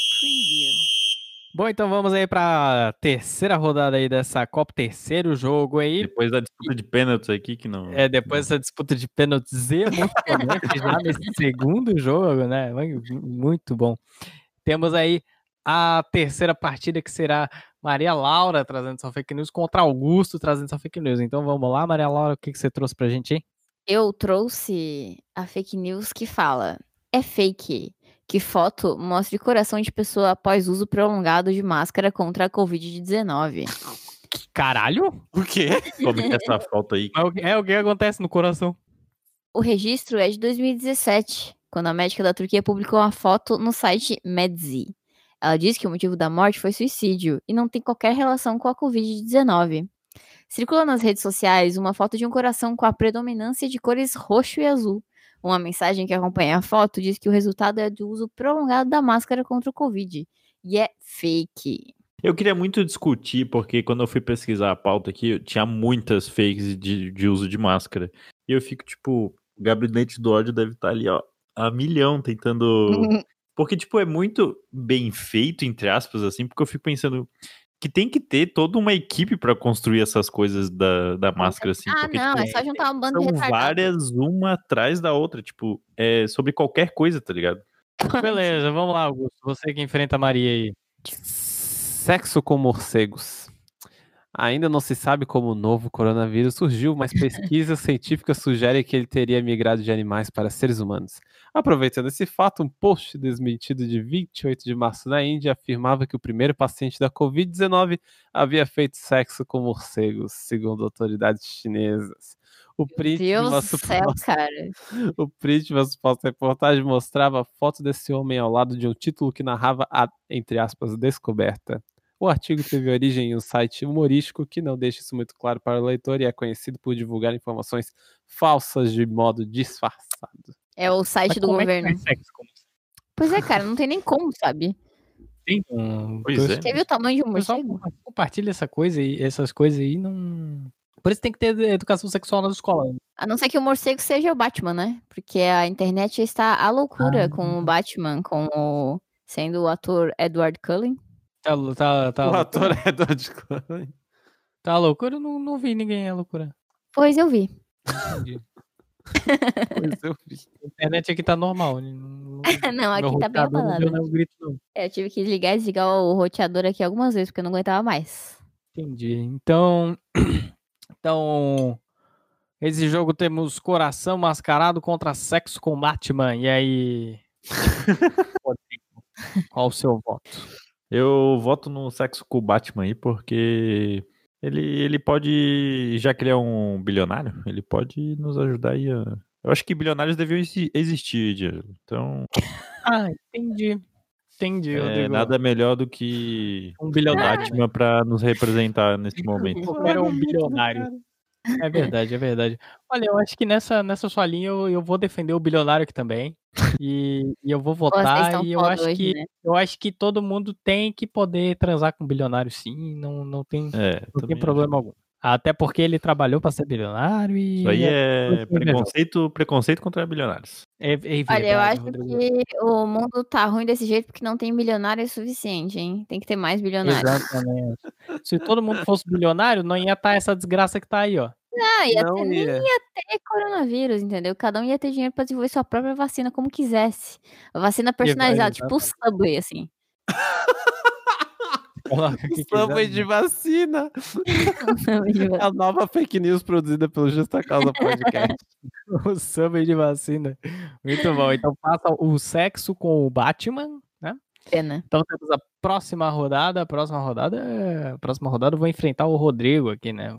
[SPEAKER 4] Bom, então vamos aí pra terceira rodada aí dessa Copa, terceiro jogo aí.
[SPEAKER 3] Depois da disputa de pênaltis aqui, que não.
[SPEAKER 4] Depois dessa disputa de pênaltis emocionante já nesse segundo jogo, né? Muito bom. Temos aí a terceira partida, que será Maria Laura trazendo sua fake news contra Augusto trazendo sua fake news. Então vamos lá, Maria Laura, o que você trouxe pra gente aí?
[SPEAKER 2] Eu trouxe a fake news que fala: é fake que foto mostre coração de pessoa após uso prolongado de máscara contra a Covid-19.
[SPEAKER 4] Caralho?
[SPEAKER 1] O quê?
[SPEAKER 3] Como que é essa falta aí?
[SPEAKER 4] É o que acontece no coração.
[SPEAKER 2] O registro é de 2017, quando a médica da Turquia publicou uma foto no site Medzi. Ela diz que o motivo da morte foi suicídio e não tem qualquer relação com a Covid-19. Circula nas redes sociais uma foto de um coração com a predominância de cores roxo e azul. Uma mensagem que acompanha a foto diz que o resultado é do uso prolongado da máscara contra o Covid. E é fake.
[SPEAKER 3] Eu queria muito discutir, porque quando eu fui pesquisar a pauta aqui, tinha muitas fakes de uso de máscara. E eu fico, tipo, o gabinete do ódio deve estar ali, ó, a milhão tentando. Porque, tipo, é muito bem feito, entre aspas, assim, porque eu fico pensando que tem que ter toda uma equipe pra construir essas coisas da máscara, assim.
[SPEAKER 2] Ah,
[SPEAKER 3] porque,
[SPEAKER 2] não,
[SPEAKER 3] tipo,
[SPEAKER 2] é só juntar um bando de
[SPEAKER 3] são
[SPEAKER 2] retardado.
[SPEAKER 3] várias, uma atrás da outra, tipo, sobre qualquer coisa, tá ligado?
[SPEAKER 4] Beleza, vamos lá, Augusto. Você que enfrenta a Maria aí.
[SPEAKER 1] Sexo com morcegos. Ainda não se sabe como o novo coronavírus surgiu, mas pesquisas científicas sugerem que ele teria migrado de animais para seres humanos. Aproveitando esse fato, um post desmentido de 28 de março na Índia afirmava que o primeiro paciente da Covid-19 havia feito sexo com morcegos, segundo autoridades chinesas. O print de
[SPEAKER 2] Deus
[SPEAKER 1] uma
[SPEAKER 2] do céu, cara.
[SPEAKER 1] O print de uma suposta reportagem mostrava a foto desse homem ao lado de um título que narrava a, entre aspas, descoberta. O artigo teve origem em um site humorístico que não deixa isso muito claro para o leitor e é conhecido por divulgar informações falsas de modo disfarçado.
[SPEAKER 2] É o site
[SPEAKER 4] Mas
[SPEAKER 2] do
[SPEAKER 4] como é que
[SPEAKER 2] governo.
[SPEAKER 4] faz sexo? Como
[SPEAKER 2] Pois é, cara, não tem nem como, sabe?
[SPEAKER 4] tem
[SPEAKER 3] Pois é.
[SPEAKER 2] Você viu o tamanho de um
[SPEAKER 4] O pessoal
[SPEAKER 2] morcego?
[SPEAKER 4] compartilha essas coisas aí, não... Por isso tem que ter educação sexual nas escolas.
[SPEAKER 2] A não ser que o morcego seja o Batman, né? Porque a internet está à loucura
[SPEAKER 4] Ah.
[SPEAKER 2] com o Batman, sendo o ator Edward Cullen.
[SPEAKER 4] Tá
[SPEAKER 1] O
[SPEAKER 4] loucura?
[SPEAKER 1] ator é George Clooney.
[SPEAKER 4] Tá loucura? Eu não vi ninguém a loucura.
[SPEAKER 2] Pois eu vi.
[SPEAKER 4] Entendi.
[SPEAKER 1] Pois eu vi.
[SPEAKER 4] A internet aqui tá normal.
[SPEAKER 2] Não, aqui tá bem
[SPEAKER 4] roteador não deu
[SPEAKER 2] abalada.
[SPEAKER 4] nenhum grito, não.
[SPEAKER 2] Eu tive que ligar e desligar o roteador aqui algumas vezes, porque eu não aguentava mais.
[SPEAKER 4] Entendi. Então, esse jogo temos Coração Mascarado contra Sexo com Batman. E aí? Qual o seu voto?
[SPEAKER 3] Eu voto no Sexo com o Batman aí, porque ele pode, já que ele é um bilionário, ele pode nos ajudar aí a... Eu acho que bilionários deviam existir, Diego. Então,
[SPEAKER 4] Ah, entendi. Entendi, Rodrigo.
[SPEAKER 3] nada melhor do que
[SPEAKER 4] Um
[SPEAKER 3] o
[SPEAKER 4] bilionário.
[SPEAKER 3] Batman pra nos representar nesse momento.
[SPEAKER 4] Eu quero um bilionário. É verdade, é verdade. Olha, eu acho que nessa sua linha eu vou defender o bilionário aqui também. E eu vou
[SPEAKER 2] Vocês
[SPEAKER 4] votar
[SPEAKER 2] estão
[SPEAKER 4] e eu
[SPEAKER 2] foda
[SPEAKER 4] acho
[SPEAKER 2] hoje,
[SPEAKER 4] que
[SPEAKER 2] né?
[SPEAKER 4] eu acho que todo mundo tem que poder transar com bilionário, sim. Não tem
[SPEAKER 3] Também acho.
[SPEAKER 4] problema algum. Até porque ele trabalhou pra ser bilionário e
[SPEAKER 3] Isso aí é
[SPEAKER 4] invejoso.
[SPEAKER 3] preconceito contra bilionários.
[SPEAKER 4] É
[SPEAKER 2] Olha, eu
[SPEAKER 4] verdade,
[SPEAKER 2] acho
[SPEAKER 4] Rodrigo.
[SPEAKER 2] que o mundo tá ruim desse jeito porque não tem milionário suficiente, hein? Tem que ter mais bilionário.
[SPEAKER 4] Exatamente. Se todo mundo fosse bilionário, não ia estar essa desgraça que tá aí, ó.
[SPEAKER 2] Ah,
[SPEAKER 1] Não
[SPEAKER 2] nem
[SPEAKER 1] ia.
[SPEAKER 2] ia ter coronavírus, entendeu? Cada um ia ter dinheiro pra desenvolver sua própria vacina como quisesse. A vacina personalizada, tipo o Subway, assim.
[SPEAKER 4] Coloca o que
[SPEAKER 1] Subway
[SPEAKER 4] quiser.
[SPEAKER 1] de vacina. É a nova fake news produzida pelo Justa Causa Podcast.
[SPEAKER 4] O Subway de vacina. Muito bom. Então passa o sexo com o Batman, né?
[SPEAKER 2] Pena.
[SPEAKER 4] Então temos a próxima rodada. A próxima rodada eu vou enfrentar o Rodrigo aqui, né?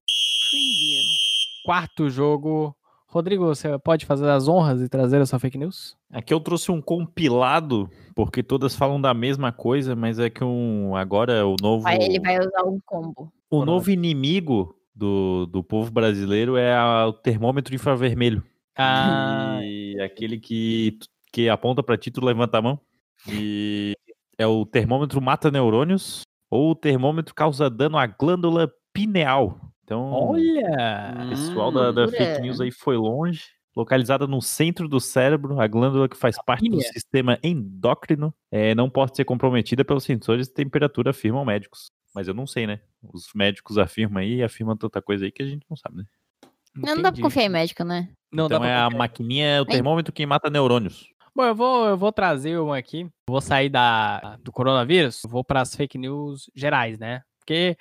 [SPEAKER 4] Quarto jogo. Rodrigo, você pode fazer as honras e trazer a sua fake news?
[SPEAKER 3] Aqui eu trouxe um compilado, porque todas falam da mesma coisa, mas é que agora o novo...
[SPEAKER 2] Ele vai usar um combo.
[SPEAKER 3] O novo inimigo do povo brasileiro é o termômetro infravermelho.
[SPEAKER 4] Ah,
[SPEAKER 3] E aquele que aponta pra ti, tu levanta a mão. E é o termômetro mata neurônios ou o termômetro causa dano à glândula pineal. Então,
[SPEAKER 4] olha!
[SPEAKER 3] o pessoal da
[SPEAKER 2] loucura.
[SPEAKER 3] fake news aí foi longe. Localizada no centro do cérebro, a glândula que faz parte do
[SPEAKER 4] pínea.
[SPEAKER 3] sistema endócrino não pode ser comprometida pelos sensores de temperatura, afirmam médicos. Mas eu não sei, né? Os médicos afirmam aí e afirmam tanta coisa aí que a gente não sabe, né?
[SPEAKER 2] Não dá pra
[SPEAKER 4] Entendi.
[SPEAKER 2] confiar em médico, né?
[SPEAKER 4] Não dá
[SPEAKER 3] Então
[SPEAKER 4] pra
[SPEAKER 3] a
[SPEAKER 4] confiar.
[SPEAKER 3] maquininha, o termômetro que mata neurônios.
[SPEAKER 4] Bom, eu vou trazer um aqui. Vou sair do coronavírus. Vou para as fake news gerais, né? Porque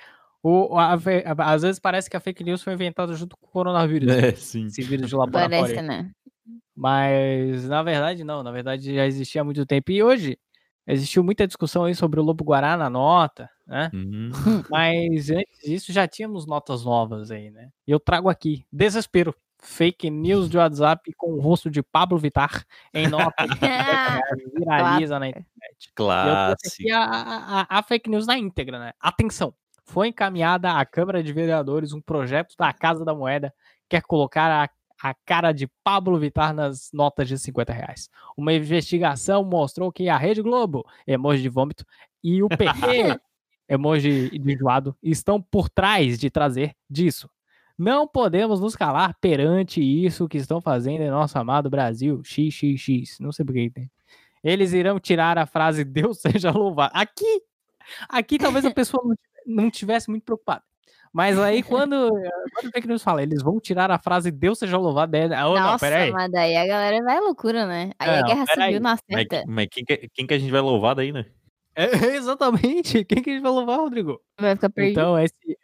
[SPEAKER 4] às vezes parece que a fake news foi inventada junto com o coronavírus.
[SPEAKER 3] Sim.
[SPEAKER 4] Esse vírus de laboratório.
[SPEAKER 2] Parece,
[SPEAKER 4] aí.
[SPEAKER 2] né?
[SPEAKER 4] Mas, na verdade, não. Na verdade, já existia há muito tempo. E hoje, existiu muita discussão aí sobre o Lobo-Guará na nota, né? Mas antes disso, já tínhamos notas novas aí, né? E eu trago aqui, desespero. Fake news de WhatsApp com o rosto de Pablo Vittar em nota de viraliza na internet. E eu trouxe aqui a fake news na íntegra, né? Atenção! Foi encaminhada à Câmara de Vereadores um projeto da Casa da Moeda que quer colocar a cara de Pablo Vittar nas notas de R$50. Uma investigação mostrou que a Rede Globo, emoji de vômito, e o PT, emoji de enjoado, estão por trás de trazer disso. Não podemos nos calar perante isso que estão fazendo em nosso amado Brasil. XXX. Não sei por que tem. Eles irão tirar a frase Deus seja louvado. Aqui talvez a pessoa não tivesse muito preocupada. Mas aí quando o fake news fala, eles vão tirar a frase Deus seja louvado. Não,
[SPEAKER 2] Nossa,
[SPEAKER 4] peraí.
[SPEAKER 2] mas daí a galera vai à loucura, né? Aí a
[SPEAKER 4] Não,
[SPEAKER 2] guerra
[SPEAKER 4] peraí.
[SPEAKER 2] civil na certa.
[SPEAKER 3] Mas quem que a gente vai louvar daí, né?
[SPEAKER 4] Exatamente. Quem que a gente vai louvar, Rodrigo?
[SPEAKER 2] Vai ficar perdido.
[SPEAKER 4] Então,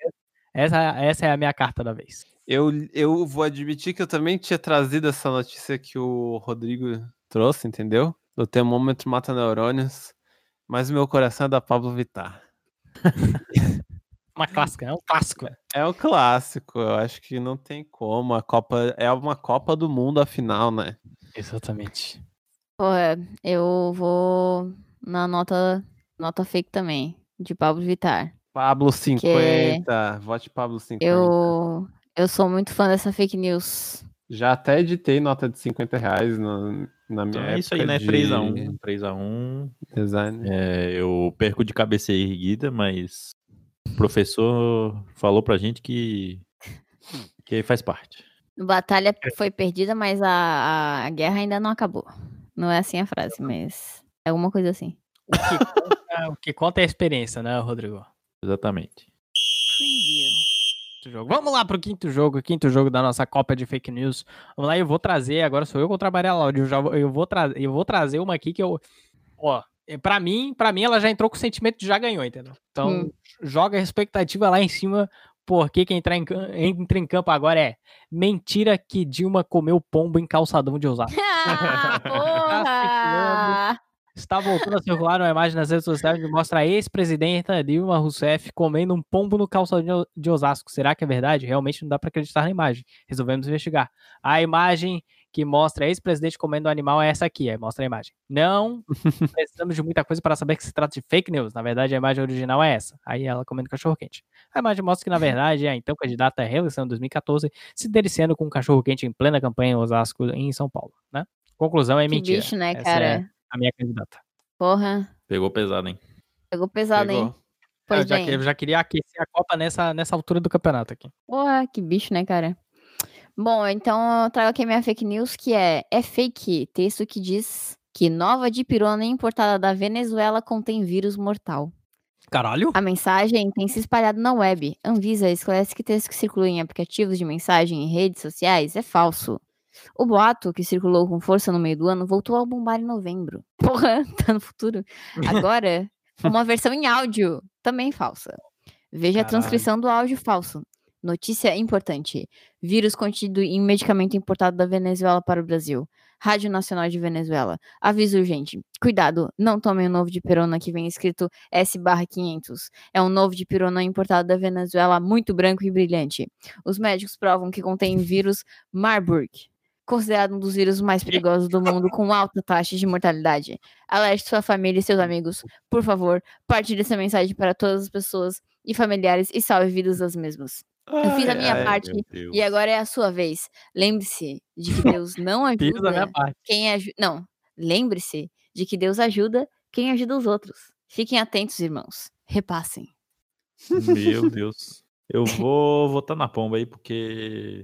[SPEAKER 4] essa é a minha carta da vez.
[SPEAKER 1] Eu vou admitir que eu também tinha trazido essa notícia que o Rodrigo trouxe, entendeu? Do termômetro mata neurônios. Mas o meu coração é da Pablo Vittar.
[SPEAKER 4] Uma clássica, é um clássico.
[SPEAKER 1] É o clássico, eu acho que não tem como. A Copa é uma Copa do Mundo, afinal, né?
[SPEAKER 4] Exatamente.
[SPEAKER 2] Porra, eu vou na nota fake também, de Pablo Vittar.
[SPEAKER 1] Pablo 50. Vote Pablo 50.
[SPEAKER 2] Eu sou muito fã dessa fake news.
[SPEAKER 1] Já até editei nota de R$50 na minha
[SPEAKER 3] Então
[SPEAKER 1] época
[SPEAKER 3] é isso aí, né?
[SPEAKER 1] de
[SPEAKER 3] 3x1. 3x1.
[SPEAKER 1] design.
[SPEAKER 3] Eu perco de cabeça erguida, mas o professor falou pra gente que faz parte.
[SPEAKER 2] Batalha foi perdida, mas a guerra ainda não acabou. Não é assim a frase, mas é alguma coisa assim.
[SPEAKER 4] O que conta é a experiência, né, Rodrigo?
[SPEAKER 3] Exatamente.
[SPEAKER 4] Jogo. Vamos lá pro quinto jogo da nossa Copa de Fake News. Vamos lá, eu vou trazer, agora sou eu que vou trabalhar lá, eu vou trazer uma aqui que pra mim ela já entrou com o sentimento de já ganhou, entendeu? Então, joga a expectativa lá em cima, porque quem entra em campo agora é mentira que Dilma comeu pombo em calçadão de Osasco.
[SPEAKER 2] Porra!
[SPEAKER 4] Está voltando a circular uma imagem nas redes sociais que mostra a ex-presidenta Dilma Rousseff comendo um pombo no calçadão de Osasco. Será que é verdade? Realmente não dá para acreditar na imagem. Resolvemos investigar. A imagem que mostra a ex-presidente comendo o animal é essa aqui. Aí mostra a imagem. Não precisamos de muita coisa para saber que se trata de fake news. Na verdade, a imagem original é essa. Aí ela comendo cachorro-quente. A imagem mostra que, na verdade, a então candidata à reeleição em 2014 se deliciando com um cachorro-quente em plena campanha em Osasco, em São Paulo. Né? Conclusão é
[SPEAKER 2] Que
[SPEAKER 4] mentira.
[SPEAKER 2] bicho, né,
[SPEAKER 4] Essa
[SPEAKER 2] cara?
[SPEAKER 4] é a minha candidata.
[SPEAKER 2] Porra.
[SPEAKER 3] Pegou pesado, hein?
[SPEAKER 2] Pegou pesado, hein? Pois bem.
[SPEAKER 4] Eu já queria aquecer a Copa nessa altura do campeonato aqui.
[SPEAKER 2] Porra, que bicho, né, cara? Bom, então eu trago aqui a minha fake news, que é fake. Texto que diz que nova dipirona importada da Venezuela contém vírus mortal.
[SPEAKER 4] Caralho?
[SPEAKER 2] A mensagem tem se espalhado na web. Anvisa esclarece que texto que circula em aplicativos de mensagem e redes sociais é falso. O boato, que circulou com força no meio do ano, voltou a bombar em novembro. Porra, tá no futuro. Agora, uma versão em áudio, também falsa. Veja a transcrição do áudio falso. Notícia importante. Vírus contido em medicamento importado da Venezuela para o Brasil. Rádio Nacional de Venezuela. Aviso urgente. Cuidado, não tomem o novo dipirona que vem escrito S/500. É um novo dipirona importado da Venezuela, muito branco e brilhante. Os médicos provam que contém vírus Marburg, considerado um dos vírus mais perigosos do mundo, com alta taxa de mortalidade. Alerte sua família e seus amigos. Por favor, partilhe essa mensagem para todas as pessoas e familiares e salve vidas das mesmas. Eu fiz a minha parte e agora é a sua vez. Lembre-se de que Deus não ajuda quem ajuda. Não, lembre-se de que Deus ajuda quem ajuda os outros. Fiquem atentos, irmãos. Repassem.
[SPEAKER 3] Meu Deus. Eu vou votar na pomba aí, porque.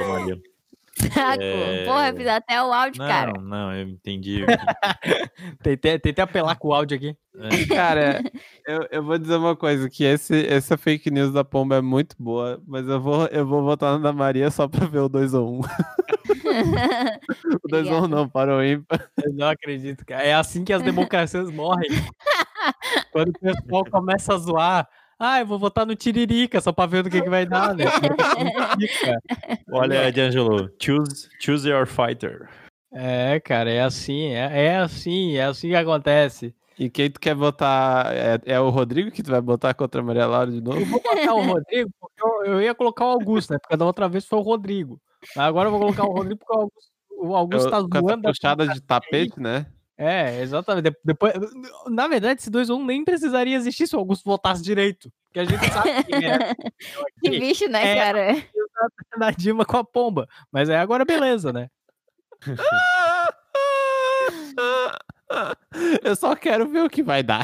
[SPEAKER 2] Porra, eu fiz até o áudio, cara.
[SPEAKER 3] Não, eu entendi.
[SPEAKER 4] Tentei apelar com o áudio aqui.
[SPEAKER 1] Cara, eu vou dizer uma coisa, que essa fake news da pomba é muito boa, mas eu vou votar na da Maria só pra ver o 2-1. O 2-1 não, para o ímpar.
[SPEAKER 4] Eu não acredito, cara. É assim que as democracias morrem. Quando o pessoal começa a zoar. Eu vou votar no Tiririca, só pra ver do que vai dar, né?
[SPEAKER 3] Olha, D'Angelo, choose your fighter.
[SPEAKER 4] É, cara, é assim que acontece.
[SPEAKER 1] E quem tu quer votar? É o Rodrigo que tu vai botar contra a Maria Laura de novo?
[SPEAKER 4] Eu vou botar o Rodrigo porque eu ia colocar o Augusto, né? Porque da outra vez foi o Rodrigo. Agora eu vou colocar o Rodrigo porque o Augusto tá
[SPEAKER 1] com
[SPEAKER 4] zoando.
[SPEAKER 1] essa puxada de tapete, né?
[SPEAKER 4] É, exatamente. Depois, na verdade, esse 2-1 nem precisaria existir se o Augusto votasse direito. Porque a gente sabe quem é.
[SPEAKER 2] Que bicho, né, cara?
[SPEAKER 4] Da Dilma com a pomba. Mas agora beleza, né?
[SPEAKER 1] Eu só quero ver o que vai dar.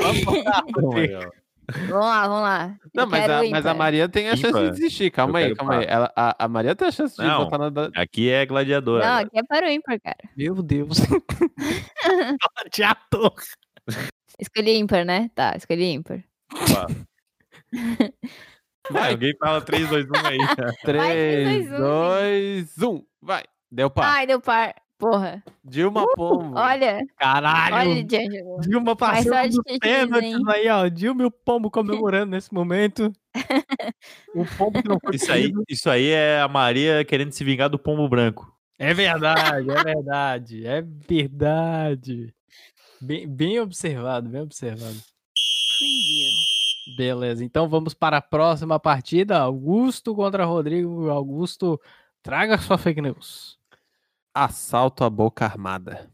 [SPEAKER 2] Vamos lá.
[SPEAKER 1] Não, mas a Maria tem a chance de desistir. Calma aí. A Maria tem a chance de votar na...
[SPEAKER 3] Aqui é gladiador.
[SPEAKER 2] Não, aqui é para o ímpar, cara.
[SPEAKER 4] Meu Deus. Gladiador.
[SPEAKER 2] Escolhi ímpar, né? Tá, escolhi ímpar.
[SPEAKER 3] Vai, alguém fala 3, 2, 1 aí.
[SPEAKER 1] 3, 2, 1. Vai. Deu par.
[SPEAKER 2] Ai, deu par. Porra.
[SPEAKER 1] Dilma Pombo.
[SPEAKER 2] Olha.
[SPEAKER 4] Caralho.
[SPEAKER 2] Olha, D'Angelo.
[SPEAKER 4] Dilma passou dos pênaltis aí, ó. Dilma e o pombo comemorando nesse momento. O pombo que não foi
[SPEAKER 3] isso aí é a Maria querendo se vingar do pombo branco.
[SPEAKER 4] É verdade, é verdade. É verdade. Bem observado, bem observado. Beleza, então vamos para a próxima partida. Augusto contra Rodrigo. Augusto, traga sua fake news.
[SPEAKER 1] Assalto à boca armada.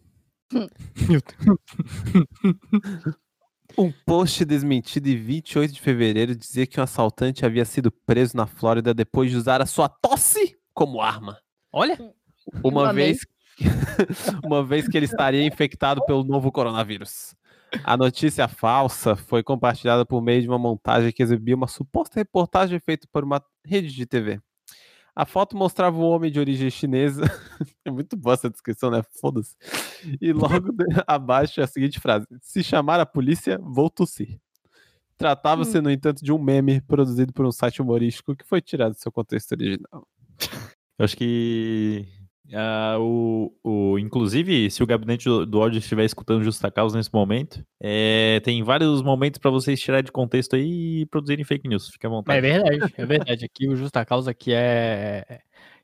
[SPEAKER 1] Um post desmentido em 28 de fevereiro dizia que um assaltante havia sido preso na Flórida depois de usar a sua tosse como arma.
[SPEAKER 4] Olha,
[SPEAKER 1] Uma
[SPEAKER 2] Amei.
[SPEAKER 1] vez, uma vez que ele estaria infectado pelo novo coronavírus. A notícia falsa foi compartilhada por meio de uma montagem que exibia uma suposta reportagem feita por uma rede de TV. A foto mostrava um homem de origem chinesa. É muito boa essa descrição, né? Foda-se. E logo abaixo é a seguinte frase: se chamar a polícia, vou tossir. Tratava-se, no entanto, de um meme produzido por um site humorístico que foi tirado do seu contexto original.
[SPEAKER 3] Eu acho que inclusive, se o gabinete do ódio estiver escutando Justa Causa nesse momento, tem vários momentos pra vocês tirarem de contexto aí e produzirem fake news. Fique à vontade.
[SPEAKER 4] é verdade, é verdade. Aqui o Justa Causa que é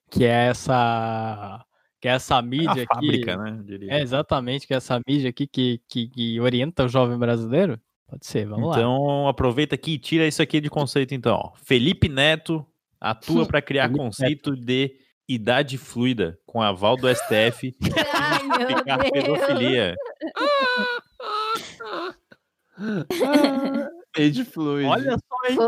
[SPEAKER 4] essa mídia
[SPEAKER 3] a fábrica,
[SPEAKER 4] aqui.
[SPEAKER 3] né? eu diria.
[SPEAKER 4] É exatamente, que é essa mídia aqui que orienta o jovem brasileiro. Pode ser, vamos lá.
[SPEAKER 3] Então, aproveita aqui e tira isso aqui de conceito, então. Ó. Felipe Neto atua para criar
[SPEAKER 4] Felipe
[SPEAKER 3] conceito de idade fluida, com aval do STF
[SPEAKER 2] Ai, meu
[SPEAKER 3] justificar
[SPEAKER 2] Deus.
[SPEAKER 3] pedofilia.
[SPEAKER 1] Age fluid.
[SPEAKER 4] Olha só, hein?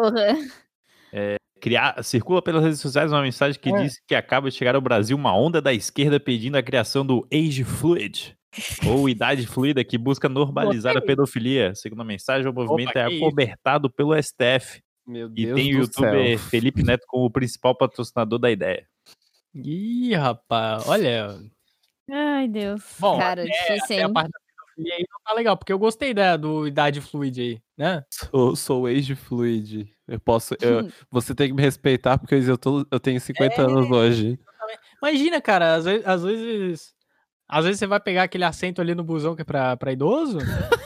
[SPEAKER 2] Porra.
[SPEAKER 3] Circula pelas redes sociais uma mensagem que diz que acaba de chegar ao Brasil uma onda da esquerda pedindo a criação do Age Fluid, ou idade fluida, que busca normalizar a pedofilia. Segundo a mensagem, o movimento é
[SPEAKER 4] que isso.
[SPEAKER 3] acobertado pelo STF.
[SPEAKER 1] Meu
[SPEAKER 3] E
[SPEAKER 1] Deus
[SPEAKER 3] tem o
[SPEAKER 1] do
[SPEAKER 3] youtuber
[SPEAKER 1] céu.
[SPEAKER 3] Felipe Neto como o principal patrocinador da ideia.
[SPEAKER 4] Ih, rapaz, olha.
[SPEAKER 2] Ai, Deus.
[SPEAKER 4] Bom,
[SPEAKER 2] Cara, difícil,
[SPEAKER 4] Tem a
[SPEAKER 2] hein?
[SPEAKER 4] parte da pedofilia aí não tá legal, porque eu gostei do idade fluid aí, né?
[SPEAKER 1] Sou age fluid. Você tem que me respeitar porque eu tenho 50 anos hoje.
[SPEAKER 4] Imagina, cara, às vezes você vai pegar aquele assento ali no busão que é pra idoso.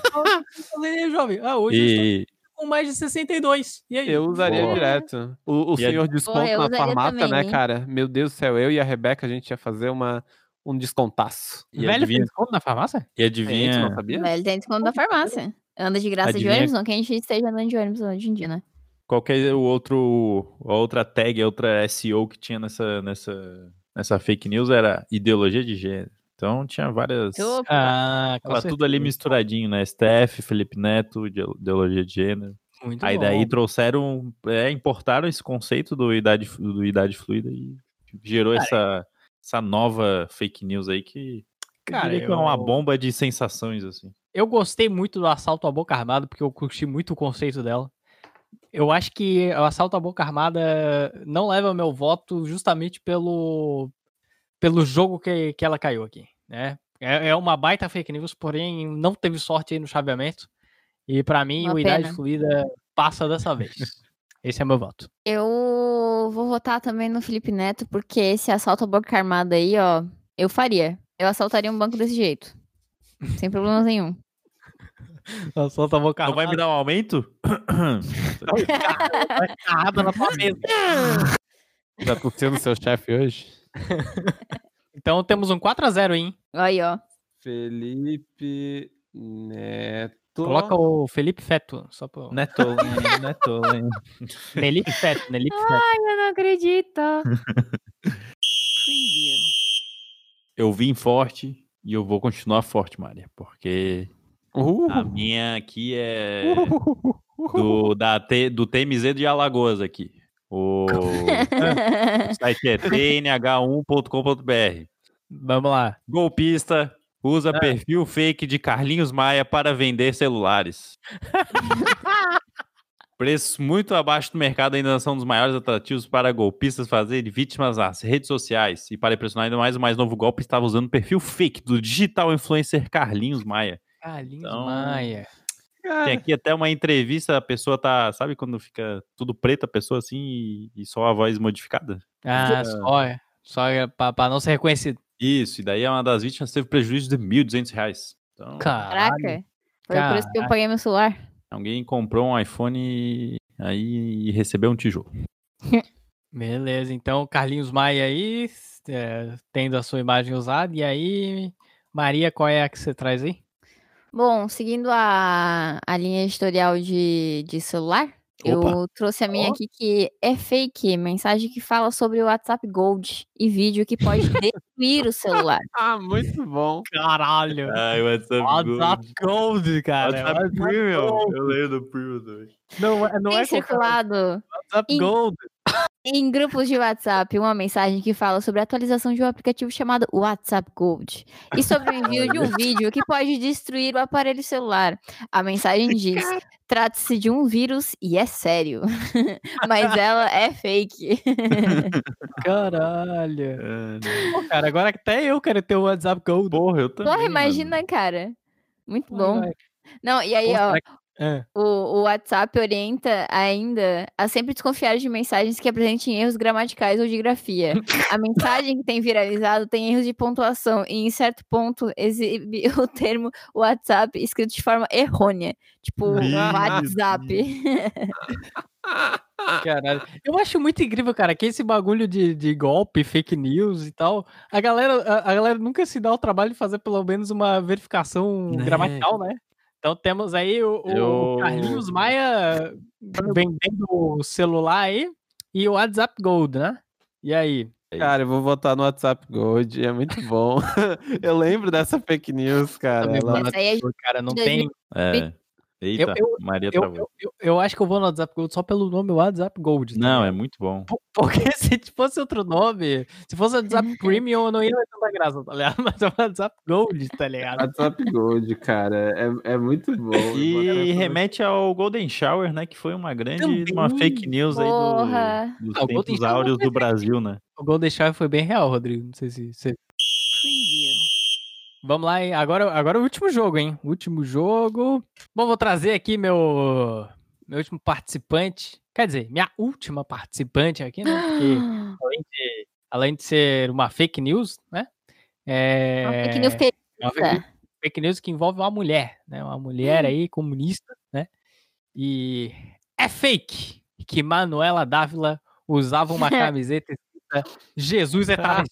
[SPEAKER 4] Aí, jovem, hoje eu estou
[SPEAKER 3] E
[SPEAKER 4] com mais de 62. E aí?
[SPEAKER 1] Eu usaria
[SPEAKER 3] Porra.
[SPEAKER 1] direto. O
[SPEAKER 3] E a-
[SPEAKER 1] senhor desconto
[SPEAKER 2] Porra, eu
[SPEAKER 1] na
[SPEAKER 2] usaria
[SPEAKER 1] farmácia,
[SPEAKER 2] também,
[SPEAKER 1] né,
[SPEAKER 2] hein?
[SPEAKER 1] cara? Meu Deus do céu, eu e a Rebeca, a gente ia fazer um descontaço.
[SPEAKER 3] e
[SPEAKER 4] Velho,
[SPEAKER 3] adivinha,
[SPEAKER 4] tem desconto na farmácia?
[SPEAKER 3] e
[SPEAKER 1] Gente, não
[SPEAKER 3] adivinha,
[SPEAKER 1] sabia?
[SPEAKER 2] Velho, tem desconto da farmácia. Anda de graça de
[SPEAKER 3] Adivinha-
[SPEAKER 2] ônibus, não que a gente esteja andando de ônibus hoje em dia, né?
[SPEAKER 3] qual que é a outra tag, a outra SEO que tinha nessa fake news era ideologia de gênero. Então tinha várias...
[SPEAKER 2] Opa.
[SPEAKER 4] Com
[SPEAKER 3] Tava tudo
[SPEAKER 4] certeza.
[SPEAKER 3] ali misturadinho, né? STF, Felipe Neto, ideologia de gênero.
[SPEAKER 4] Muito
[SPEAKER 3] Aí
[SPEAKER 4] bom.
[SPEAKER 3] daí trouxeram, importaram esse conceito do idade fluida e gerou essa nova fake news aí que
[SPEAKER 4] Cara,
[SPEAKER 3] diria que é uma bomba de sensações, assim.
[SPEAKER 4] Eu gostei muito do assalto à boca armada, porque eu curti muito o conceito dela. Eu acho que o assalto à boca armada não leva meu voto justamente pelo jogo que ela caiu aqui, né? É uma baita fake news, porém não teve sorte aí no chaveamento. E pra mim,
[SPEAKER 2] Uma
[SPEAKER 4] o Idade
[SPEAKER 2] pena.
[SPEAKER 4] Fluida passa dessa vez. Esse é meu voto.
[SPEAKER 2] Eu vou votar também no Felipe Neto, porque esse assalto à boca armada aí, ó, eu faria. Eu assaltaria um banco desse jeito. Sem problema nenhum.
[SPEAKER 4] Assalto à boca
[SPEAKER 3] Não vai me dar um aumento?
[SPEAKER 4] armada na tua mesa.
[SPEAKER 1] Já tô sendo seu chefe hoje?
[SPEAKER 4] Então temos um 4-0, hein?
[SPEAKER 2] Aí, ó.
[SPEAKER 1] Felipe Neto.
[SPEAKER 4] Coloca o Felipe Feto. Só pra...
[SPEAKER 3] Netolen.
[SPEAKER 4] Felipe Feto.
[SPEAKER 2] Eu não acredito.
[SPEAKER 3] Eu vim forte e eu vou continuar forte, Maria, porque a minha aqui é do TMZ de Alagoas aqui. O site é tnh1.com.br.
[SPEAKER 4] Vamos lá.
[SPEAKER 3] Golpista usa perfil fake de Carlinhos Maia para vender celulares. Preços muito abaixo do mercado ainda são dos maiores atrativos para golpistas fazerem vítimas nas redes sociais. E para impressionar ainda mais, o mais novo golpe estava usando o perfil fake do digital influencer Carlinhos Maia.
[SPEAKER 4] Carlinhos
[SPEAKER 3] Então,
[SPEAKER 4] Maia.
[SPEAKER 3] Tem aqui até uma entrevista, a pessoa tá... Sabe quando fica tudo preto a pessoa assim e só a voz modificada?
[SPEAKER 4] Só pra não ser reconhecido.
[SPEAKER 3] Isso, e daí uma das vítimas teve prejuízo de R$1.200. Então,
[SPEAKER 2] Caraca. Foi por isso que eu paguei meu celular.
[SPEAKER 3] alguém comprou um iPhone e recebeu um tijolo.
[SPEAKER 4] Beleza, então Carlinhos Maia aí, tendo a sua imagem usada. E aí, Maria, qual é a que você traz aí?
[SPEAKER 2] Bom, seguindo a linha editorial de celular, eu trouxe a minha aqui que é fake, mensagem que fala sobre o WhatsApp Gold e vídeo que pode destruir o celular.
[SPEAKER 1] Ah, muito bom.
[SPEAKER 4] Caralho!
[SPEAKER 3] Ai,
[SPEAKER 4] WhatsApp Gold, cara.
[SPEAKER 3] WhatsApp Premium. Eu lembro do Premium também.
[SPEAKER 4] Não
[SPEAKER 2] Tem
[SPEAKER 4] é qualquer
[SPEAKER 2] circulado
[SPEAKER 4] WhatsApp
[SPEAKER 2] Em-
[SPEAKER 4] Gold.
[SPEAKER 2] Em grupos de WhatsApp, uma mensagem que fala sobre a atualização de um aplicativo chamado WhatsApp Gold e sobre o envio de um vídeo que pode destruir o aparelho celular. A mensagem diz: trata-se de um vírus e é sério, mas ela é fake.
[SPEAKER 4] Caralho. Pô, cara, agora até eu quero ter o WhatsApp Gold.
[SPEAKER 3] Porra, eu também.
[SPEAKER 2] Porra, imagina,
[SPEAKER 3] mano.
[SPEAKER 2] cara. Muito bom.
[SPEAKER 4] Vai.
[SPEAKER 2] Não, e aí,
[SPEAKER 4] Pô,
[SPEAKER 2] ó,
[SPEAKER 4] será que- É.
[SPEAKER 2] o WhatsApp orienta ainda a sempre desconfiar de mensagens que apresentem erros gramaticais ou de grafia. A mensagem que tem viralizado tem erros de pontuação e, em certo ponto, exibe o termo WhatsApp escrito de forma errônea. Tipo, WhatsApp.
[SPEAKER 4] Caralho. Eu acho muito incrível, cara, que esse bagulho de golpe, fake news e tal, a galera nunca se dá o trabalho de fazer pelo menos uma verificação
[SPEAKER 3] Né?
[SPEAKER 4] gramatical, né? Então temos aí o Carlinhos Maia vendendo o celular aí e o WhatsApp Gold, né? E aí?
[SPEAKER 1] Cara, eu vou votar no WhatsApp Gold, é muito bom. Eu lembro dessa fake news, cara.
[SPEAKER 4] Também
[SPEAKER 1] ela-
[SPEAKER 4] vou no
[SPEAKER 2] Essa aí é
[SPEAKER 4] WhatsApp, cara, não
[SPEAKER 2] de
[SPEAKER 4] tem...
[SPEAKER 3] É. Eita, Maria travou.
[SPEAKER 4] Eu acho que eu vou no WhatsApp Gold só pelo nome WhatsApp Gold. tá
[SPEAKER 3] Não,
[SPEAKER 4] ligado?
[SPEAKER 3] é muito bom.
[SPEAKER 4] Porque se fosse outro nome, se fosse WhatsApp Premium, eu não ia ter tanta graça, tá ligado? Mas é o WhatsApp Gold, tá ligado?
[SPEAKER 1] WhatsApp Gold, cara, é muito bom. Eu vou
[SPEAKER 3] E
[SPEAKER 1] até
[SPEAKER 3] remete ao Golden Shower, né? Que foi uma grande uma
[SPEAKER 4] Também.
[SPEAKER 3] fake news aí
[SPEAKER 2] Porra.
[SPEAKER 3] dos
[SPEAKER 4] Ah, o Golden
[SPEAKER 3] tempos
[SPEAKER 4] Shower
[SPEAKER 3] áureos
[SPEAKER 4] foi
[SPEAKER 3] do Brasil, né?
[SPEAKER 4] O Golden Shower foi bem real, Rodrigo. Não sei se você... Vamos lá, hein? Agora o último jogo, hein? Último jogo. Bom, vou trazer aqui meu último participante. Quer dizer, minha última participante aqui, né? Porque além de ser uma fake news, né?
[SPEAKER 2] Uma fake news
[SPEAKER 4] uma fake news que envolve uma mulher, né? Uma mulher aí comunista, né? E é fake que Manuela Dávila usava uma camiseta escrita Jesus é travesti.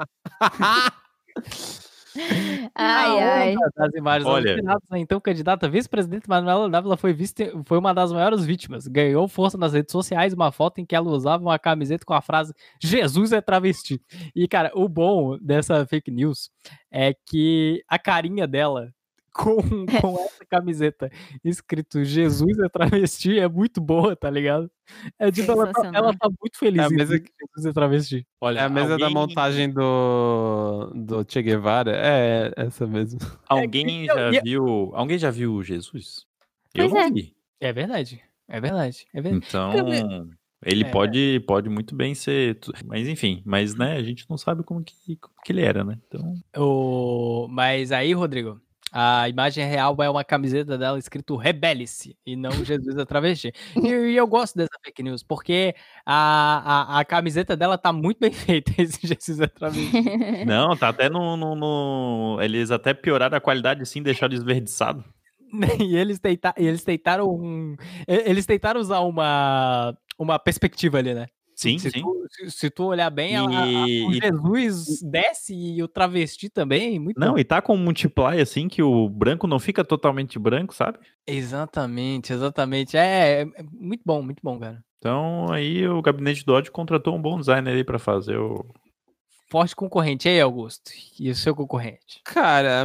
[SPEAKER 2] Ai, ai.
[SPEAKER 4] Das imagens
[SPEAKER 3] Olha.
[SPEAKER 4] alucinadas, a então candidata a vice-presidente Manuela Dávila foi uma das maiores vítimas. Ganhou força nas redes sociais uma foto em que ela usava uma camiseta com a frase Jesus é travesti. E, cara, o bom dessa fake news é que a carinha dela com essa camiseta escrito Jesus é travesti é muito boa, tá ligado? É tipo, ela
[SPEAKER 2] Sensacional.
[SPEAKER 4] tá muito feliz
[SPEAKER 1] É a
[SPEAKER 4] em
[SPEAKER 1] mesa
[SPEAKER 4] dizer que Jesus é travesti.
[SPEAKER 3] Olha,
[SPEAKER 1] É a mesa da montagem do Che Guevara, é essa mesmo.
[SPEAKER 3] Alguém já viu Jesus? Eu
[SPEAKER 2] Pois é.
[SPEAKER 3] não vi.
[SPEAKER 4] É verdade. É verdade. É verdade.
[SPEAKER 3] Então, ele
[SPEAKER 4] É.
[SPEAKER 3] pode muito bem ser. Mas enfim, né, a gente não sabe como que ele era, né? Então,
[SPEAKER 4] Mas aí, Rodrigo, a imagem real é uma camiseta dela escrito rebele-se e não Jesus é travesti. E eu gosto dessa fake news, porque a camiseta dela tá muito bem feita, esse Jesus é travesti.
[SPEAKER 3] não, tá até eles até pioraram a qualidade assim, deixaram esverdiçado.
[SPEAKER 4] E eles tentaram usar uma perspectiva ali, né?
[SPEAKER 3] Sim,
[SPEAKER 4] se
[SPEAKER 3] sim.
[SPEAKER 4] Se tu olhar bem, o
[SPEAKER 3] E
[SPEAKER 4] Jesus desce e o travesti também, muito
[SPEAKER 3] não,
[SPEAKER 4] bom.
[SPEAKER 3] e tá com um multiply assim que o branco não fica totalmente branco, sabe?
[SPEAKER 4] Exatamente. Muito bom, cara.
[SPEAKER 3] Então aí o gabinete do ódio contratou um bom designer aí pra fazer o
[SPEAKER 4] Forte concorrente. E aí, Augusto? E o seu concorrente?
[SPEAKER 1] Cara,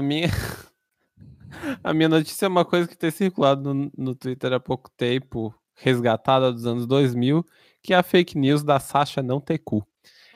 [SPEAKER 1] a minha notícia é uma coisa que tem circulado no Twitter há pouco tempo, resgatada dos anos 2000, que é a fake news da Sasha não ter cu.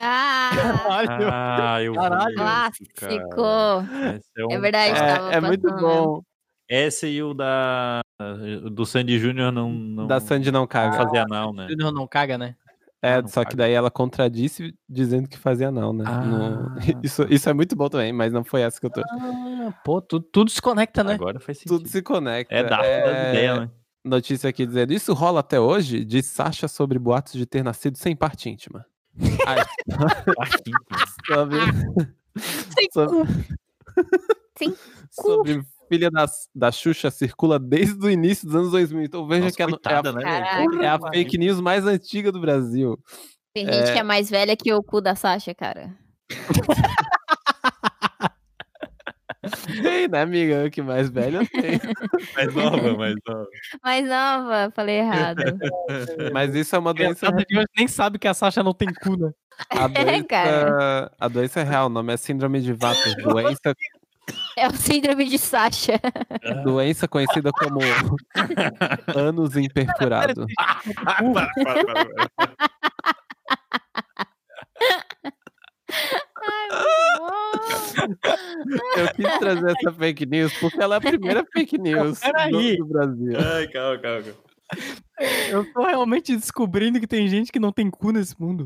[SPEAKER 3] eu
[SPEAKER 4] Caralho.
[SPEAKER 3] vi isso, cara.
[SPEAKER 2] Clássico.
[SPEAKER 3] Esse
[SPEAKER 2] É verdade, tava
[SPEAKER 1] É muito
[SPEAKER 2] passando
[SPEAKER 1] bom.
[SPEAKER 3] Esse e o do Sandy Júnior não
[SPEAKER 1] Da Sandy não caga.
[SPEAKER 3] fazia anal, né?
[SPEAKER 4] Júnior não caga, né?
[SPEAKER 1] É,
[SPEAKER 3] não
[SPEAKER 1] só
[SPEAKER 3] caga.
[SPEAKER 1] que daí ela contradisse dizendo que fazia não, né? Isso é muito bom também, mas não foi essa que eu tô.
[SPEAKER 4] Pô, tudo se conecta, né?
[SPEAKER 3] Agora faz sentido.
[SPEAKER 1] Tudo se conecta.
[SPEAKER 3] É Dark das ideias, né?
[SPEAKER 1] Notícia aqui dizendo: isso rola até hoje? Diz Sasha sobre boatos de ter nascido sem parte íntima. Ai, sobre...
[SPEAKER 2] Sem
[SPEAKER 1] sobre filha da Xuxa circula desde o início dos anos 2000. Então veja
[SPEAKER 3] Nossa,
[SPEAKER 1] que
[SPEAKER 3] coitada, né, velho?
[SPEAKER 2] Caraca.
[SPEAKER 1] é a fake news mais antiga do Brasil.
[SPEAKER 2] Tem gente que é mais velha que o cu da Sasha, cara.
[SPEAKER 1] Tem, né, amiga? Que mais velha tem.
[SPEAKER 3] Mais nova.
[SPEAKER 2] Mais nova, falei errado.
[SPEAKER 1] Mas isso é uma doença.
[SPEAKER 4] Criançada de hoje nem sabe que a Sasha não tem cu, né?
[SPEAKER 1] A doença é real, o nome é síndrome de Vater.
[SPEAKER 2] É o síndrome de Sasha.
[SPEAKER 1] Doença conhecida como ânus imperfurado. Eu quis trazer essa fake news porque ela é a primeira fake news
[SPEAKER 4] Peraí.
[SPEAKER 1] do Brasil.
[SPEAKER 3] Ai, calma.
[SPEAKER 4] Eu tô realmente descobrindo que tem gente que não tem cu nesse mundo.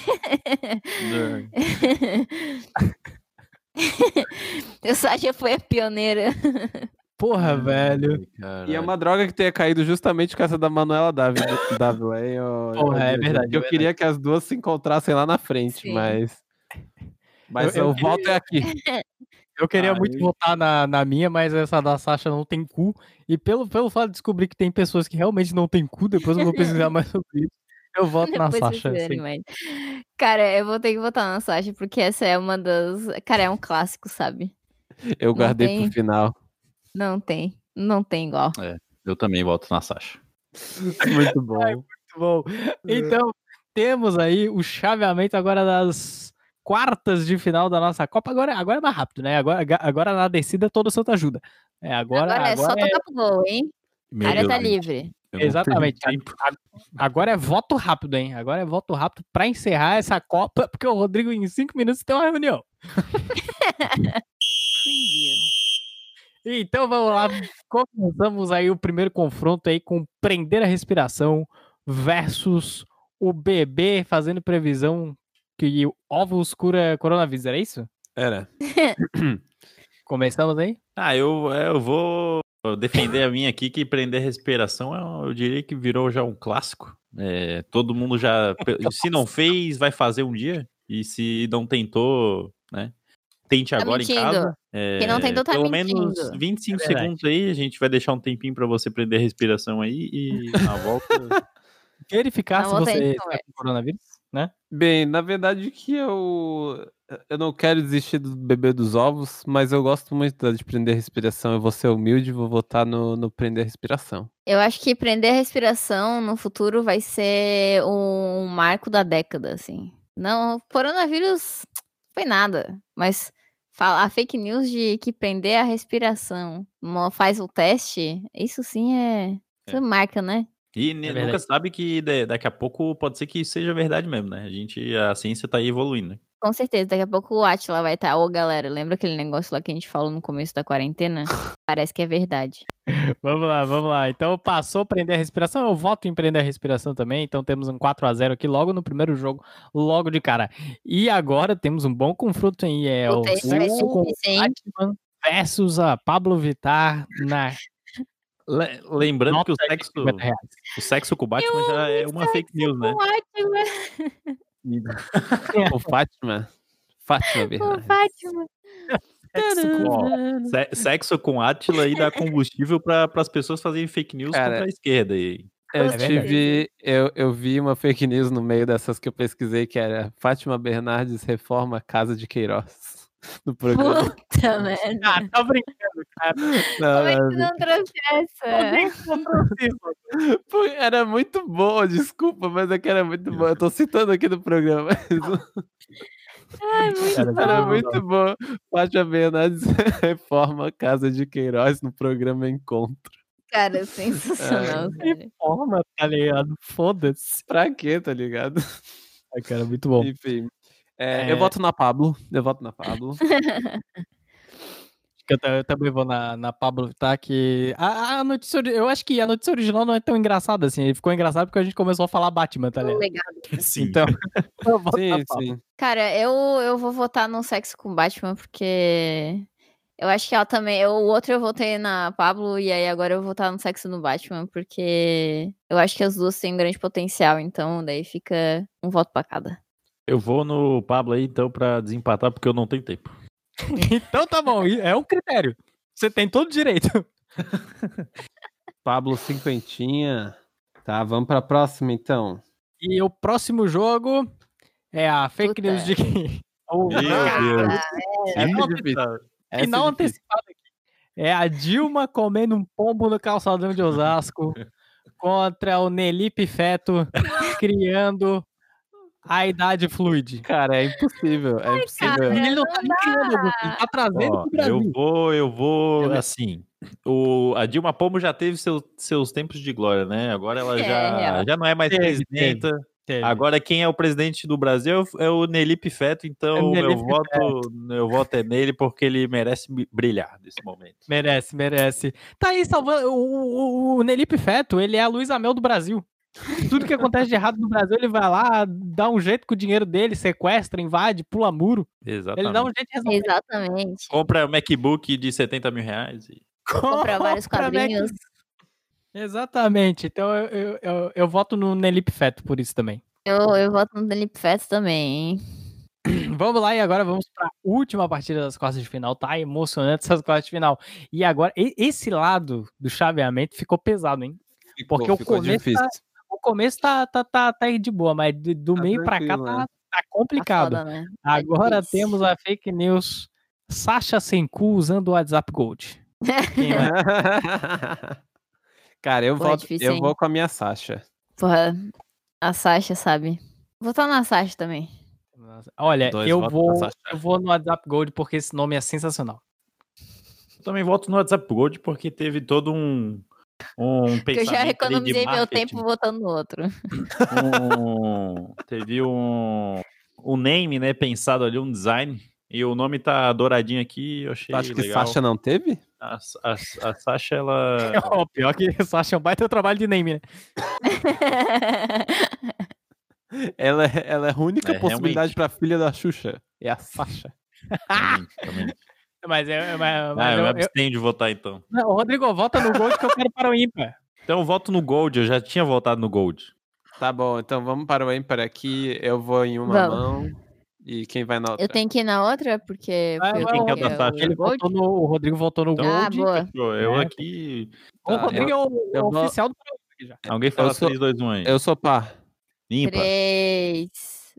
[SPEAKER 2] O Sasha foi a pioneira.
[SPEAKER 4] Porra, velho.
[SPEAKER 1] E é uma droga que tenha caído justamente com essa da Manuela Dávila, hein?
[SPEAKER 4] Porra, é verdade,
[SPEAKER 1] Porque eu queria que as duas se encontrassem lá na frente,
[SPEAKER 2] Sim.
[SPEAKER 1] mas
[SPEAKER 4] Eu
[SPEAKER 1] o voto é aqui.
[SPEAKER 4] Eu queria
[SPEAKER 1] Aí-
[SPEAKER 4] muito votar na minha, mas essa da Sasha não tem cu. E pelo fato de descobrir que tem pessoas que realmente não tem cu, depois eu vou pesquisar mais sobre isso. Eu voto na
[SPEAKER 2] Depois
[SPEAKER 4] Sasha.
[SPEAKER 2] vocês verem
[SPEAKER 4] Sim.
[SPEAKER 2] mais. Cara, eu vou ter que votar na Sasha, porque essa é uma das. Cara, é um clássico, sabe?
[SPEAKER 1] Eu guardei
[SPEAKER 2] tem.
[SPEAKER 1] pro final.
[SPEAKER 2] Não tem igual.
[SPEAKER 3] Eu também voto na Sasha.
[SPEAKER 1] Muito bom.
[SPEAKER 4] Muito bom. Então, temos aí o chaveamento agora das quartas de final da nossa Copa. Agora é mais rápido, né? Agora na descida todo santo ajuda.
[SPEAKER 2] Agora é só tocar pro gol, hein? A área tá livre.
[SPEAKER 3] Eu não
[SPEAKER 4] Exatamente.
[SPEAKER 3] tenho tempo.
[SPEAKER 4] Agora é voto rápido, hein? Agora é voto rápido pra encerrar essa Copa, porque o Rodrigo em 5 minutos tem uma reunião. Então vamos lá, começamos aí o primeiro confronto aí com Prender a Respiração versus o bebê fazendo previsão que ovos cura coronavírus, era isso?
[SPEAKER 1] Era.
[SPEAKER 4] Começamos aí?
[SPEAKER 3] Eu vou defender a minha aqui, que Prender a Respiração, eu diria que virou já um clássico. Todo mundo já, se não fez, vai fazer um dia, e se não tentou, né, tente agora
[SPEAKER 2] mentindo.
[SPEAKER 3] em casa.
[SPEAKER 2] Quem não tentou tá
[SPEAKER 3] pelo
[SPEAKER 2] mentindo.
[SPEAKER 3] menos 25
[SPEAKER 4] É verdade.
[SPEAKER 3] segundos aí, a gente vai deixar um tempinho pra você prender a respiração aí, e na volta...
[SPEAKER 4] Verificar
[SPEAKER 2] Não,
[SPEAKER 4] se
[SPEAKER 2] volta aí,
[SPEAKER 4] você
[SPEAKER 2] então,
[SPEAKER 4] está com coronavírus, né?
[SPEAKER 1] Bem, na verdade que eu não quero desistir do bebê dos ovos, mas eu gosto muito de prender a respiração. Eu vou ser humilde e vou votar no prender a respiração.
[SPEAKER 2] Eu acho que prender a respiração no futuro vai ser um marco da década, assim. Não, coronavírus foi nada, mas a fake news de que prender a respiração faz o teste, isso sim isso marca, né?
[SPEAKER 3] E
[SPEAKER 4] verdade.
[SPEAKER 3] nunca sabe que daqui a pouco pode ser que seja verdade mesmo, né? A ciência tá aí evoluindo, né?
[SPEAKER 2] Com certeza, daqui a pouco o Atila vai estar. Ô, galera, lembra aquele negócio lá que a gente falou no começo da quarentena? Parece que é verdade.
[SPEAKER 4] Vamos lá. Então passou prender a respiração, eu voto em prender a respiração também. Então temos um 4-0 aqui logo no primeiro jogo, logo de cara. E agora temos um bom confronto aí, o
[SPEAKER 2] Puta, esse vai ser
[SPEAKER 4] Sexo com
[SPEAKER 2] difícil, hein?
[SPEAKER 4] Batman versus a Pablo Vittar na
[SPEAKER 3] Lembrando
[SPEAKER 4] nota
[SPEAKER 3] que o
[SPEAKER 4] de
[SPEAKER 3] sexo,
[SPEAKER 4] R$50.
[SPEAKER 3] o sexo com o Batman já é uma fake news, né?
[SPEAKER 2] O Atila,
[SPEAKER 1] O Fátima
[SPEAKER 2] o
[SPEAKER 1] Bernardes.
[SPEAKER 2] Fátima.
[SPEAKER 3] Sexo com Átila aí dá combustível para as pessoas fazerem fake news
[SPEAKER 1] Cara,
[SPEAKER 3] contra a esquerda. E...
[SPEAKER 1] Eu vi uma fake news no meio dessas que eu pesquisei, que era Fátima Bernardes reforma a casa de Queiroz no programa.
[SPEAKER 2] Puta merda.
[SPEAKER 4] Ah, tá brincando, cara.
[SPEAKER 1] Não,
[SPEAKER 2] Como é que
[SPEAKER 1] não,
[SPEAKER 2] tu não trouxe essa?
[SPEAKER 1] Pô, era muito boa, desculpa, mas é que era muito boa. Eu tô citando aqui no programa.
[SPEAKER 2] Ai, muito
[SPEAKER 1] Era
[SPEAKER 2] bom.
[SPEAKER 1] muito bom. Fátima Bernardes reforma a casa de Queiroz no programa Encontro.
[SPEAKER 2] Cara, sensacional, cara.
[SPEAKER 4] Forma, tá ligado? Foda-se.
[SPEAKER 1] Pra quê, tá ligado?
[SPEAKER 4] Ai, cara, muito bom.
[SPEAKER 1] Enfim. Eu voto na Pablo.
[SPEAKER 4] Eu também vou na Pablo Vittar, que a notícia, eu acho que a notícia original não é tão engraçada assim, ele ficou engraçado porque a gente começou a falar Batman, tá ligado?
[SPEAKER 2] Legal.
[SPEAKER 3] Sim.
[SPEAKER 4] Então, eu voto na
[SPEAKER 1] Sim,
[SPEAKER 4] Pablo.
[SPEAKER 1] sim.
[SPEAKER 2] Cara, eu vou votar no Sexo com Batman, porque eu acho que ela também. O outro eu votei na Pablo, e aí agora eu vou votar no Sexo no Batman, porque eu acho que as duas têm um grande potencial, então daí fica um voto pra cada.
[SPEAKER 3] Eu vou no Pablo aí, então, pra desempatar, porque eu não tenho tempo.
[SPEAKER 4] Então tá bom, é um critério. Você tem todo direito.
[SPEAKER 1] Pablo cinquentinha. Tá, vamos pra próxima então.
[SPEAKER 4] E o próximo jogo é a fake
[SPEAKER 2] Puta.
[SPEAKER 4] news de que.
[SPEAKER 3] Meu Deus.
[SPEAKER 1] Essa
[SPEAKER 3] Sim,
[SPEAKER 1] é difícil. Essa
[SPEAKER 4] E não
[SPEAKER 1] é difícil.
[SPEAKER 4] antecipado aqui. É a Dilma comendo um pombo no calçadão de Osasco contra o Nelipe Feto criando a idade fluide.
[SPEAKER 1] Cara, é impossível. É impossível.
[SPEAKER 4] E ele não tá nem criando, Augusto, ele tá trazendo
[SPEAKER 3] Ó,
[SPEAKER 4] pro Brasil.
[SPEAKER 3] eu vou, assim, a Dilma Pombo já teve seus tempos de glória, né? Agora ela
[SPEAKER 2] real.
[SPEAKER 3] já não é mais
[SPEAKER 4] Teve,
[SPEAKER 3] presidenta.
[SPEAKER 4] Teve.
[SPEAKER 3] Agora, quem é o presidente do Brasil é o Nelipe Feto, então
[SPEAKER 4] Nelipe
[SPEAKER 3] meu voto é nele porque ele merece brilhar nesse momento.
[SPEAKER 4] Merece. Tá aí salvando. O Nelipe Feto, ele é a Luísa Mel do Brasil. Tudo que acontece de errado no Brasil, ele vai lá, dá um jeito com o dinheiro dele, sequestra, invade, pula muro.
[SPEAKER 3] Exatamente.
[SPEAKER 4] Ele dá um jeito de resolver.
[SPEAKER 2] Exatamente.
[SPEAKER 3] Compra MacBook de 70 mil reais.
[SPEAKER 2] Compra vários quadrinhos.
[SPEAKER 4] Exatamente. Então eu voto no Nelipe Feto por isso também.
[SPEAKER 2] Eu voto no Felipe Feto também, hein?
[SPEAKER 4] Vamos lá e agora vamos para a última partida das quartas de final. Tá emocionante essas quartas de final. E agora, esse lado do chaveamento ficou pesado, hein? Porque
[SPEAKER 1] ficou difícil.
[SPEAKER 4] o começo tá aí de boa, mas do
[SPEAKER 1] Tá
[SPEAKER 4] meio pra cá
[SPEAKER 1] tranquilo, né?
[SPEAKER 4] tá complicado.
[SPEAKER 2] Tá foda, né?
[SPEAKER 4] Agora
[SPEAKER 2] difícil.
[SPEAKER 4] temos a fake news Sasha sem cu usando o WhatsApp Gold. Quem vai?
[SPEAKER 1] Cara, eu
[SPEAKER 2] Pô, é
[SPEAKER 1] vou,
[SPEAKER 2] difícil,
[SPEAKER 1] eu
[SPEAKER 2] hein?
[SPEAKER 1] vou com a minha Sasha.
[SPEAKER 2] Porra, a Sasha, sabe? Vou estar na Sasha também.
[SPEAKER 4] Olha,
[SPEAKER 1] 2
[SPEAKER 4] eu
[SPEAKER 1] votos pra Sasha.
[SPEAKER 4] vou no WhatsApp Gold porque esse nome é sensacional.
[SPEAKER 3] Eu também voto no WhatsApp Gold porque teve todo um
[SPEAKER 2] Porque eu já
[SPEAKER 3] pensamento ali de
[SPEAKER 2] economizei meu
[SPEAKER 3] marketing.
[SPEAKER 2] tempo votando no outro.
[SPEAKER 3] Teve um name, né, pensado ali, um design. E o nome tá douradinho aqui, eu achei
[SPEAKER 1] Acho que
[SPEAKER 3] legal.
[SPEAKER 1] Sasha não teve?
[SPEAKER 3] A Sasha, ela...
[SPEAKER 4] Ó, pior que o Sasha é um baita trabalho de name, né?
[SPEAKER 1] Ela é a única
[SPEAKER 3] É,
[SPEAKER 1] possibilidade pra filha da Xuxa. É a Sasha.
[SPEAKER 3] Também.
[SPEAKER 4] Mas
[SPEAKER 3] eu me abstenho de votar, então.
[SPEAKER 4] Não, Rodrigo, vota no Gold que eu quero para o ímpar.
[SPEAKER 3] Então eu voto no Gold, eu já tinha votado no Gold.
[SPEAKER 1] Tá bom, então vamos para o ímpar aqui. Eu vou em uma
[SPEAKER 2] Vamos.
[SPEAKER 1] mão. E quem vai na outra?
[SPEAKER 2] Eu tenho que ir na outra, porque
[SPEAKER 4] Vai,
[SPEAKER 2] fui eu
[SPEAKER 4] vai,
[SPEAKER 2] que
[SPEAKER 3] quem que é o
[SPEAKER 2] peguei
[SPEAKER 3] da Sasha?
[SPEAKER 4] Ele
[SPEAKER 2] Gold.
[SPEAKER 4] votou o Rodrigo votou no
[SPEAKER 3] Então,
[SPEAKER 4] Gold.
[SPEAKER 2] boa.
[SPEAKER 3] Fechou, eu
[SPEAKER 4] É.
[SPEAKER 3] aqui...
[SPEAKER 4] O Rodrigo é o
[SPEAKER 1] eu vou-
[SPEAKER 4] oficial do programa aqui já.
[SPEAKER 3] Alguém fala
[SPEAKER 1] Eu sou-
[SPEAKER 3] 3, 2, 1 aí.
[SPEAKER 1] Eu sou par.
[SPEAKER 3] Ímpar.
[SPEAKER 2] 3,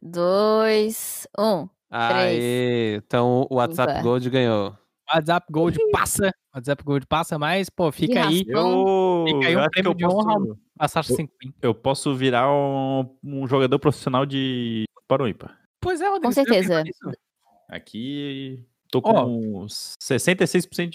[SPEAKER 2] 2, 1.
[SPEAKER 1] Aê, então o WhatsApp
[SPEAKER 2] Ímpar.
[SPEAKER 1] Gold ganhou.
[SPEAKER 4] WhatsApp Gold passa. WhatsApp Gold passa, mas, pô, fica aí
[SPEAKER 3] Eu
[SPEAKER 4] Fica aí um
[SPEAKER 3] acho que
[SPEAKER 4] prêmio
[SPEAKER 3] eu
[SPEAKER 4] de honra.
[SPEAKER 3] posso,
[SPEAKER 4] a Sasha sem Queen.
[SPEAKER 3] eu posso virar um jogador profissional de para o ímpar.
[SPEAKER 4] Pois é, Rodrigo.
[SPEAKER 2] Com
[SPEAKER 4] você já
[SPEAKER 2] certeza.
[SPEAKER 4] pensou nisso?
[SPEAKER 3] Aqui tô com 66%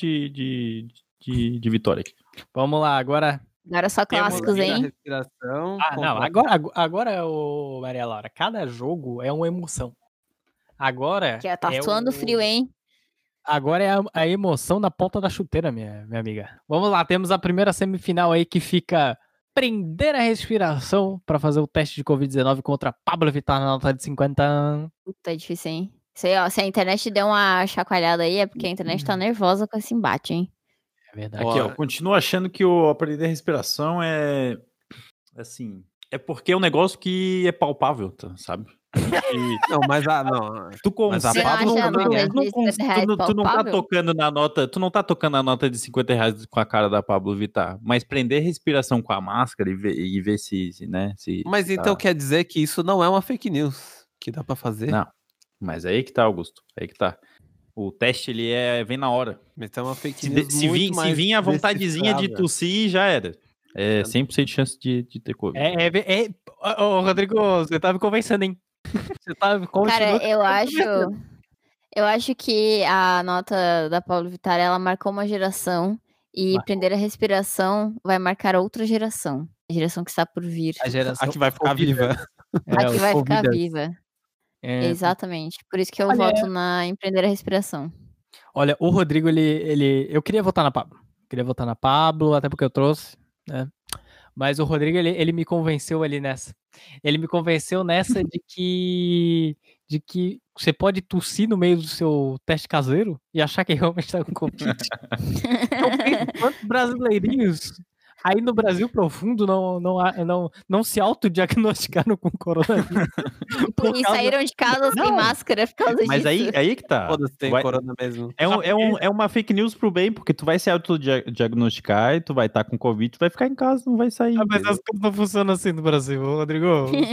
[SPEAKER 3] de vitória aqui.
[SPEAKER 4] Vamos lá, agora.
[SPEAKER 2] Agora só clássicos,
[SPEAKER 1] Na
[SPEAKER 2] hein?
[SPEAKER 1] respiração.
[SPEAKER 4] Ah, não, agora, ô Maria Laura, cada jogo é uma emoção. Agora.
[SPEAKER 2] Que tá
[SPEAKER 4] é
[SPEAKER 2] suando frio, hein?
[SPEAKER 4] Agora é a emoção na ponta da chuteira, minha amiga. Vamos lá, temos a primeira semifinal aí que fica prender a respiração pra fazer o teste de Covid-19 contra Pablo Vittar na nota de 50.
[SPEAKER 2] Puta, é difícil, hein? Sei, ó, se a internet deu uma chacoalhada aí, é porque a internet tá nervosa com esse embate, hein?
[SPEAKER 4] É verdade.
[SPEAKER 3] Aqui, ó, continuo achando que o aprender respiração é assim, é porque é um negócio que é palpável, sabe? E
[SPEAKER 1] Não, mas não.
[SPEAKER 3] tu
[SPEAKER 1] Mas a
[SPEAKER 2] Você
[SPEAKER 3] consegue,
[SPEAKER 1] Pablo
[SPEAKER 2] acha a
[SPEAKER 1] também
[SPEAKER 2] nota
[SPEAKER 1] é.
[SPEAKER 2] de 50 reais
[SPEAKER 3] tu não tá
[SPEAKER 2] palpável?
[SPEAKER 3] tocando na nota, tu não tá tocando a nota de 50 reais com a cara da Pablo Vittar, mas prender respiração com a máscara e ver se, né, se
[SPEAKER 1] Mas
[SPEAKER 3] tá-
[SPEAKER 1] então quer dizer que isso não é uma fake news. Que dá pra fazer?
[SPEAKER 3] Não. Mas aí que tá, Augusto, aí que tá. O teste, ele vem na hora.
[SPEAKER 1] Mas então é uma fake
[SPEAKER 3] Se,
[SPEAKER 1] news
[SPEAKER 3] se, vir,
[SPEAKER 1] muito
[SPEAKER 3] se
[SPEAKER 1] mais
[SPEAKER 3] vir a vontadezinha de
[SPEAKER 1] decifrável.
[SPEAKER 3] tossir, já era. É 100% de chance de ter Covid.
[SPEAKER 4] Ô, Rodrigo, você tá me convencendo, hein? Você tá me
[SPEAKER 2] Cara, eu acho que a nota da Pablo Vittar, ela marcou uma geração e
[SPEAKER 4] Marcou.
[SPEAKER 2] prender a respiração vai marcar outra geração. A geração que está por vir.
[SPEAKER 4] A geração
[SPEAKER 1] A que vai ficar
[SPEAKER 4] Covid.
[SPEAKER 1] viva.
[SPEAKER 2] A que
[SPEAKER 4] os
[SPEAKER 2] vai ficar
[SPEAKER 4] Covidas.
[SPEAKER 2] viva.
[SPEAKER 4] É,
[SPEAKER 2] Exatamente. Por isso que eu
[SPEAKER 4] Olha,
[SPEAKER 2] voto em prender a respiração.
[SPEAKER 4] Olha, o Rodrigo, eu queria votar na Pablo. Até porque eu trouxe, né? Mas o Rodrigo, ele me convenceu ali nessa. Ele me convenceu nessa de que você pode tossir no meio do seu teste caseiro e achar que realmente tá com Covid. Então, quantos brasileirinhos aí no Brasil profundo não se autodiagnosticaram com coronavírus? Por
[SPEAKER 2] E
[SPEAKER 4] causa-
[SPEAKER 2] saíram de casa sem
[SPEAKER 3] Não.
[SPEAKER 2] máscara por causa
[SPEAKER 3] Mas
[SPEAKER 2] disso.
[SPEAKER 3] aí que tá.
[SPEAKER 1] Foda-se, tem
[SPEAKER 3] Vai-
[SPEAKER 1] corona mesmo.
[SPEAKER 3] É uma fake news pro bem, porque tu vai se autodiagnosticar e tu vai estar com Covid, tu vai ficar em casa, não vai sair.
[SPEAKER 4] Ah, mas
[SPEAKER 3] entendeu?
[SPEAKER 4] as coisas não funcionam assim no Brasil, ô, Rodrigo.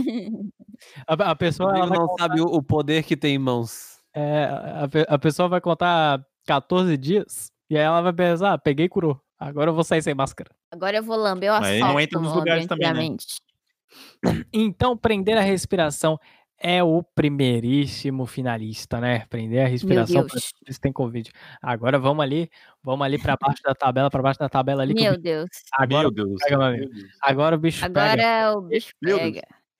[SPEAKER 4] A pessoa, ela
[SPEAKER 1] Rodrigo
[SPEAKER 4] vai
[SPEAKER 1] não sabe o poder que tem em mãos.
[SPEAKER 4] a pessoa vai contar 14 dias e aí ela vai pensar, peguei e curou. Agora eu vou sair sem máscara.
[SPEAKER 2] Agora eu vou lamber o
[SPEAKER 3] Mas
[SPEAKER 2] asfalto.
[SPEAKER 3] aí não entra nos
[SPEAKER 2] como
[SPEAKER 3] lugares também, né?
[SPEAKER 2] antigamente.
[SPEAKER 4] Então, prender a respiração é o primeiríssimo finalista, né? Prender a respiração
[SPEAKER 2] Meu
[SPEAKER 4] para
[SPEAKER 2] Deus.
[SPEAKER 4] se tem Covid. Agora vamos ali para baixo da tabela ali. que o
[SPEAKER 2] Meu
[SPEAKER 4] bicho-
[SPEAKER 2] Deus.
[SPEAKER 4] Agora,
[SPEAKER 3] Meu Deus.
[SPEAKER 4] pega, meu amigo. Agora o bicho pega.
[SPEAKER 2] Agora o bicho
[SPEAKER 3] Meu
[SPEAKER 2] pega.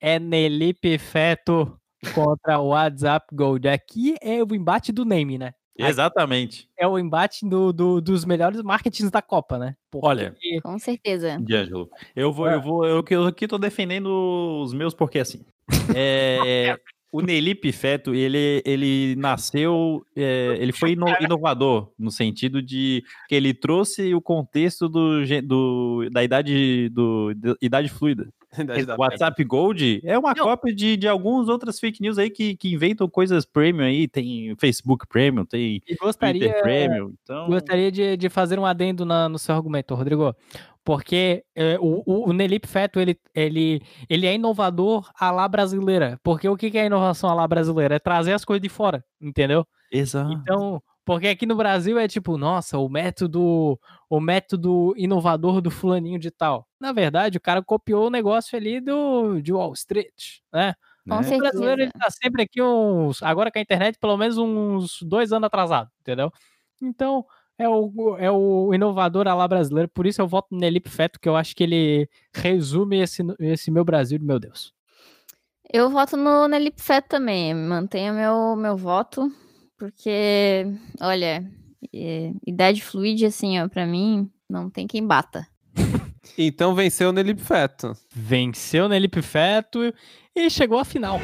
[SPEAKER 4] é Nelipe Feto contra o WhatsApp Gold. Aqui é o embate do name, né?
[SPEAKER 3] Exatamente.
[SPEAKER 4] É o embate dos melhores marketings da Copa, né? Porque
[SPEAKER 3] Olha,
[SPEAKER 2] Com certeza.
[SPEAKER 3] D'Angelo, eu aqui tô defendendo os meus porque assim, o Nelipe Feto, ele nasceu, ele foi inovador no sentido de que ele trouxe o contexto da idade fluida. O WhatsApp Gold é uma cópia de algumas outras fake news aí que inventam coisas premium aí, tem Facebook Premium, tem
[SPEAKER 4] E
[SPEAKER 3] Twitter Premium, então...
[SPEAKER 4] Gostaria de fazer um adendo no seu argumento, Rodrigo. Porque o Nelipe Feto, ele é inovador à la brasileira. Porque o que é inovação à la brasileira? É trazer as coisas de fora, entendeu?
[SPEAKER 3] Exato.
[SPEAKER 4] Então, porque aqui no Brasil é tipo, nossa, o método inovador do fulaninho de tal. Na verdade, o cara copiou o negócio ali de Wall Street, né?
[SPEAKER 2] Com
[SPEAKER 4] O
[SPEAKER 2] certeza.
[SPEAKER 4] brasileiro, ele tá sempre aqui agora com a internet, pelo menos uns 2 anos atrasado, entendeu? Então, é o inovador à la brasileira, por isso eu voto no Nelipe Feto, que eu acho que ele resume esse meu Brasil, meu Deus.
[SPEAKER 2] Eu voto no Nelipe Feto também. Mantenha meu voto, porque, olha, idade fluide, assim, ó, pra mim, não tem quem bata.
[SPEAKER 1] Então venceu o Nelipe Feto.
[SPEAKER 4] Venceu o Nelipe Feto e chegou à final.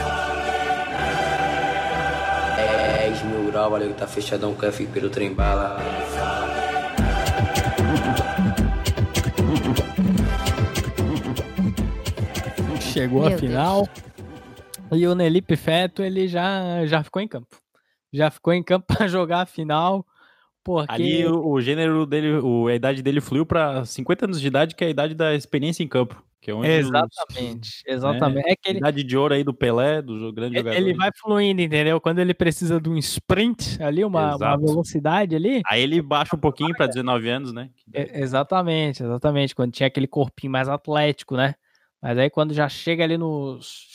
[SPEAKER 8] 10 mil grau, valeu, tá fechadão, café pelo trem bala.
[SPEAKER 4] Chegou à final. E o Nelipe Feto, ele já ficou em campo. Já ficou em campo pra jogar a final. Porque...
[SPEAKER 3] Ali o gênero dele, a idade dele fluiu pra 50 anos de idade, que é a idade da experiência em campo. Que é onde
[SPEAKER 4] Exatamente. É que ele,
[SPEAKER 3] idade de ouro aí do Pelé, do grande jogador.
[SPEAKER 4] ele vai fluindo, entendeu? Quando ele precisa de um sprint ali, uma
[SPEAKER 3] Exato.
[SPEAKER 4] velocidade ali.
[SPEAKER 3] Aí ele baixa um pouquinho pra 19 anos, né?
[SPEAKER 4] Exatamente. Quando tinha aquele corpinho mais atlético, né? Mas aí quando já chega ali nos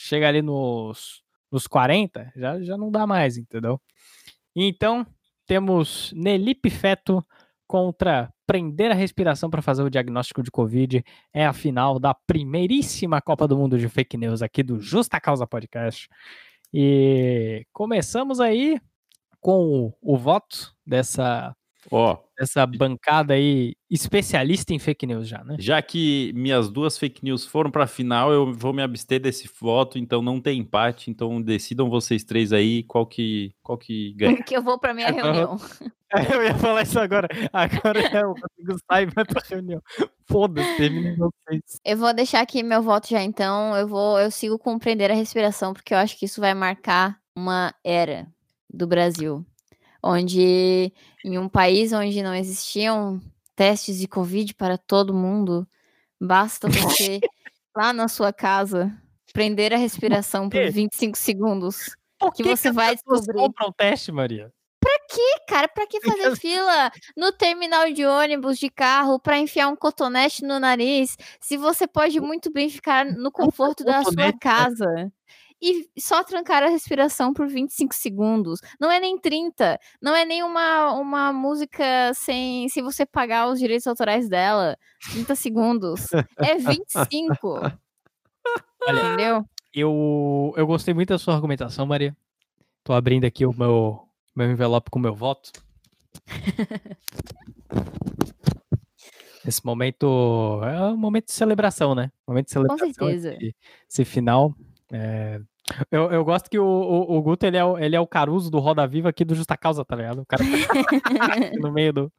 [SPEAKER 4] 40, já não dá mais, entendeu? Então, temos Nelipe Feto contra prender a respiração para fazer o diagnóstico de Covid. É a final da primeiríssima Copa do Mundo de Fake News aqui do Justa Causa Podcast. E começamos aí com o voto dessa bancada aí especialista em fake news já, né?
[SPEAKER 3] Já que minhas 2 fake news foram pra final, eu vou me abster desse voto, então não tem empate, então decidam vocês 3 aí qual que ganha.
[SPEAKER 2] Que eu vou pra minha reunião.
[SPEAKER 4] Eu ia falar isso agora. Agora o Rodrigo sai e vai pra reunião. Foda-se, termina vocês.
[SPEAKER 2] Eu vou deixar aqui meu voto já, então. Eu sigo com prender a respiração, porque eu acho que isso vai marcar uma era do Brasil. Onde, em um país onde não existiam testes de Covid para todo mundo, basta você, lá na sua casa, prender a respiração por 25 segundos.
[SPEAKER 4] Por
[SPEAKER 2] que você vai descobrir.
[SPEAKER 4] Compra um teste, Maria?
[SPEAKER 2] Cara, pra que fazer fila no terminal de ônibus, de carro, pra enfiar um cotonete no nariz, se você pode muito bem ficar no conforto da sua casa e só trancar a respiração por 25 segundos? Não é nem 30, não é nem uma música sem você pagar os direitos autorais dela, 30 segundos, é 25. Entendeu?
[SPEAKER 4] Eu gostei muito da sua argumentação, Maria. Tô abrindo aqui o meu envelope com o meu voto. Esse momento é um momento de celebração, né? Momento de celebração.
[SPEAKER 2] Com certeza.
[SPEAKER 4] Esse final. Eu gosto que o Guto, ele é o Caruso do Roda Viva aqui do Justa Causa, tá ligado? O cara tá no meio do...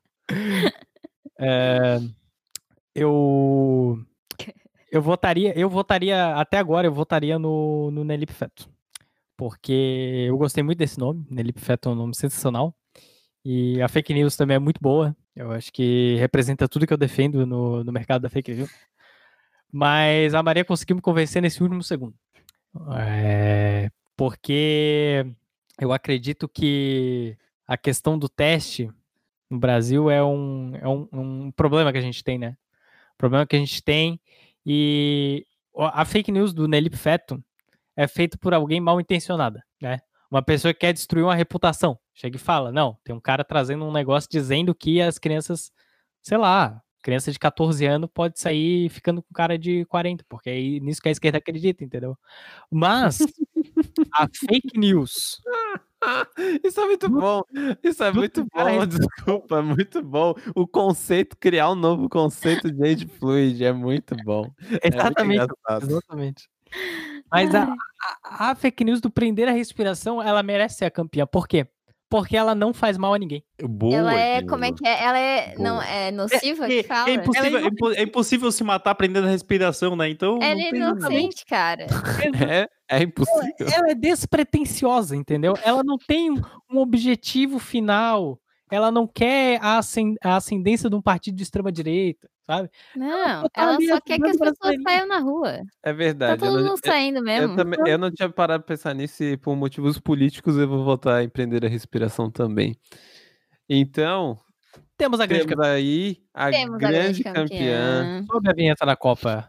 [SPEAKER 4] Eu votaria, até agora, eu votaria no Nelipe Feto. Porque eu gostei muito desse nome. Nelipe Feto é um nome sensacional. E a fake news também é muito boa. Eu acho que representa tudo que eu defendo no mercado da fake news. Mas a Maria conseguiu me convencer nesse último segundo. Porque eu acredito que a questão do teste no Brasil é um problema que a gente tem, né? Problema que a gente tem. E a fake news do Nelipe Feto é feito por alguém mal intencionada, né? Uma pessoa que quer destruir uma reputação. Chega e fala, não, tem um cara trazendo um negócio dizendo que as crianças, sei lá, Criança de 14 anos pode sair ficando com cara de 40, porque é nisso que a esquerda acredita, entendeu? Mas a fake news
[SPEAKER 1] Isso é muito bom. Isso é
[SPEAKER 4] do
[SPEAKER 1] muito
[SPEAKER 4] cara
[SPEAKER 1] bom. Desculpa, é muito bom. O conceito, criar um novo conceito de age fluid é muito bom. É muito
[SPEAKER 4] Exatamente,
[SPEAKER 1] engraçado.
[SPEAKER 4] exatamente. Mas a fake news do prender a respiração, ela merece ser a campeã. Por quê? Porque ela não faz mal a ninguém.
[SPEAKER 3] Boa,
[SPEAKER 2] Ela é,
[SPEAKER 3] Diego.
[SPEAKER 2] como é que é? Ela é, não,
[SPEAKER 3] Boa.
[SPEAKER 2] é nociva que fala?
[SPEAKER 3] É impossível se matar prendendo a respiração, né? Então.
[SPEAKER 2] Ela
[SPEAKER 3] não
[SPEAKER 2] é
[SPEAKER 3] tem-
[SPEAKER 2] inocente, cara.
[SPEAKER 1] É impossível.
[SPEAKER 4] Ela é despretensiosa, entendeu? Ela não tem um objetivo final. Ela não quer a ascendência de um partido de extrema-direita, sabe?
[SPEAKER 2] Não,
[SPEAKER 4] tá
[SPEAKER 2] ela
[SPEAKER 4] ali
[SPEAKER 2] só quer que as
[SPEAKER 4] ajudando
[SPEAKER 2] pessoas
[SPEAKER 4] brasileirinho.
[SPEAKER 2] saiam na rua.
[SPEAKER 1] É
[SPEAKER 2] Tá
[SPEAKER 1] verdade.
[SPEAKER 2] todo mundo saindo mesmo.
[SPEAKER 1] Eu não tinha parado pra pensar nisso e por motivos políticos eu vou voltar a empreender a respiração também. Então,
[SPEAKER 4] Temos a grande
[SPEAKER 1] temos aí a
[SPEAKER 2] Temos a
[SPEAKER 1] grande
[SPEAKER 2] grande
[SPEAKER 1] campeã.
[SPEAKER 2] campeã.
[SPEAKER 4] Sobe a vinheta da Copa.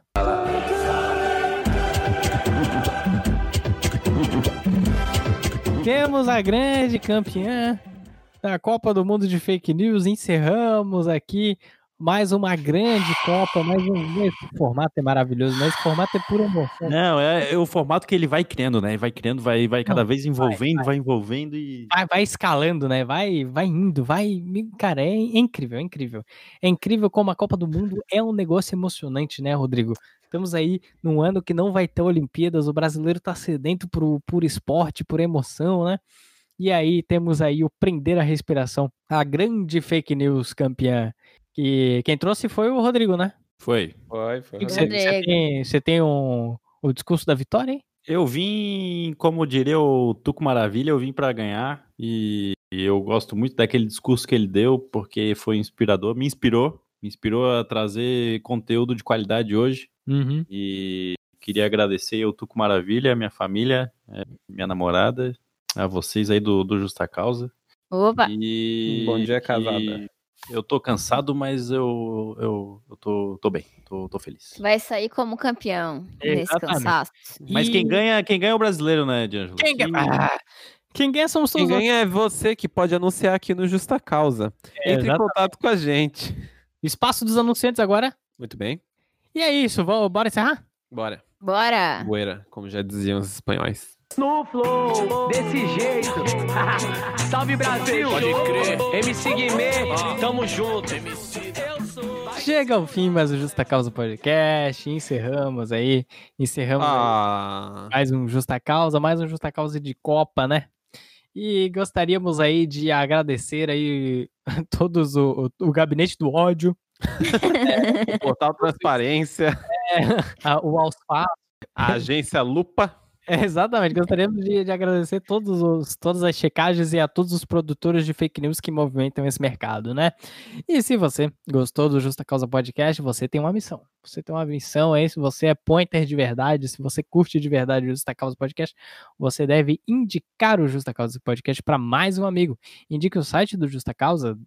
[SPEAKER 4] Temos a grande campeã da Copa do Mundo de Fake News. Encerramos aqui mais uma grande Copa. Esse formato é maravilhoso, mas esse formato é pura emoção.
[SPEAKER 3] Não, é o formato que ele vai criando, né? Vai criando, vai cada
[SPEAKER 4] Não,
[SPEAKER 3] vez envolvendo, vai envolvendo e.
[SPEAKER 4] Vai escalando, né? Vai indo, Cara, é incrível, é incrível. É incrível como a Copa do Mundo é um negócio emocionante, né, Rodrigo? Estamos aí num ano que não vai ter Olimpíadas, o brasileiro tá sedento por esporte, por emoção, né? E aí temos aí o prender a respiração, a grande fake news campeã. Que quem trouxe foi o Rodrigo, né?
[SPEAKER 3] Foi.
[SPEAKER 1] Foi.
[SPEAKER 4] Você tem o discurso da vitória, hein?
[SPEAKER 3] Eu vim, como diria o Tuco Maravilha, eu vim pra ganhar e eu gosto muito daquele discurso que ele deu, porque foi inspirador, me inspirou a trazer conteúdo de qualidade hoje.
[SPEAKER 4] Uhum.
[SPEAKER 3] E queria agradecer ao Tuco Maravilha, a minha família, minha namorada, a vocês aí do Justa Causa.
[SPEAKER 2] Opa!
[SPEAKER 3] E
[SPEAKER 1] Bom dia,
[SPEAKER 3] que
[SPEAKER 1] casada.
[SPEAKER 3] Eu tô cansado, mas eu tô bem, tô feliz.
[SPEAKER 2] Vai sair como campeão nesse
[SPEAKER 4] Exatamente.
[SPEAKER 2] cansaço.
[SPEAKER 3] Mas quem ganha é o brasileiro, né, D'Angelo?
[SPEAKER 4] Quem ganha somos
[SPEAKER 1] Quem
[SPEAKER 4] todos nós.
[SPEAKER 1] ganha é você que pode anunciar aqui no Justa Causa. Entre em
[SPEAKER 4] Exatamente.
[SPEAKER 1] contato com a gente.
[SPEAKER 4] Espaço dos anunciantes agora.
[SPEAKER 1] Muito bem.
[SPEAKER 4] E é isso, bora encerrar?
[SPEAKER 1] Bora.
[SPEAKER 2] Bora!
[SPEAKER 1] Buera, como já diziam os espanhóis.
[SPEAKER 6] No flow, desse jeito. Salve Brasil! Pode crer. MC Guimê, tamo junto.
[SPEAKER 4] Chega ao fim mais o Justa Causa Podcast. Encerramos mais um Justa Causa de Copa, né? E gostaríamos aí de agradecer aí todos o gabinete do ódio,
[SPEAKER 1] O Portal Transparência,
[SPEAKER 4] o Alfa.
[SPEAKER 1] a agência Lupa.
[SPEAKER 4] Exatamente, gostaríamos de agradecer todas as checagens e a todos os produtores de fake news que movimentam esse mercado, né? E se você gostou do Justa Causa Podcast, você tem uma missão. Você tem uma missão aí, se você é pointer de verdade, se você curte de verdade o Justa Causa Podcast, você deve indicar o Justa Causa Podcast para mais um amigo. Indique o site do Justa Causa,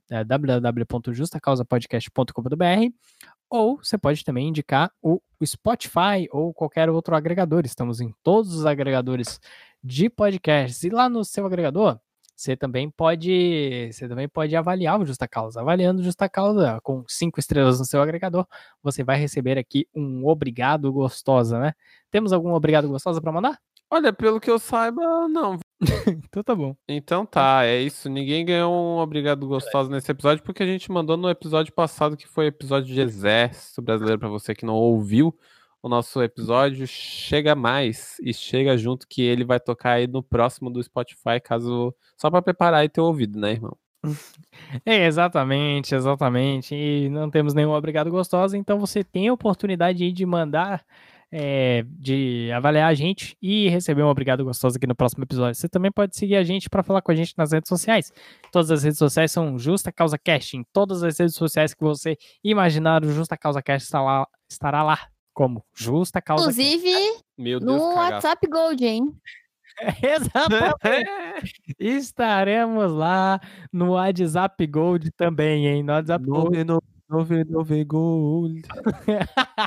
[SPEAKER 4] www.justacausapodcast.com.br, ou você pode também indicar o Spotify ou qualquer outro agregador. Estamos em todos os agregadores de podcasts. E lá no seu agregador, você também pode avaliar o Justa Causa. Avaliando o Justa Causa com 5 estrelas no seu agregador, você vai receber aqui um obrigado gostosa, né? Temos algum obrigado gostosa para mandar?
[SPEAKER 1] Olha, pelo que eu saiba, não.
[SPEAKER 4] Então tá bom.
[SPEAKER 1] Então tá, é isso. Ninguém ganhou um obrigado gostoso nesse episódio, porque a gente mandou no episódio passado, que foi o episódio de Exército Brasileiro. Pra você que não ouviu o nosso episódio, chega mais e chega junto, que ele vai tocar aí no próximo do Spotify, só pra preparar aí teu ouvido, né, irmão?
[SPEAKER 4] Exatamente. E não temos nenhum obrigado gostosa, então você tem a oportunidade aí de mandar, de avaliar a gente e receber um obrigado gostoso aqui no próximo episódio. Você também pode seguir a gente para falar com a gente nas redes sociais. Todas as redes sociais são Justa Causa Cast. Em todas as redes sociais que você imaginar, o Justa Causa Cast estará lá como Justa Causa Cast.
[SPEAKER 2] Inclusive,
[SPEAKER 1] Meu Deus,
[SPEAKER 2] no
[SPEAKER 1] cagaço.
[SPEAKER 2] WhatsApp Gold, hein?
[SPEAKER 4] Exatamente. Estaremos lá no WhatsApp Gold também, hein? No WhatsApp Gold.
[SPEAKER 1] 99 Gold.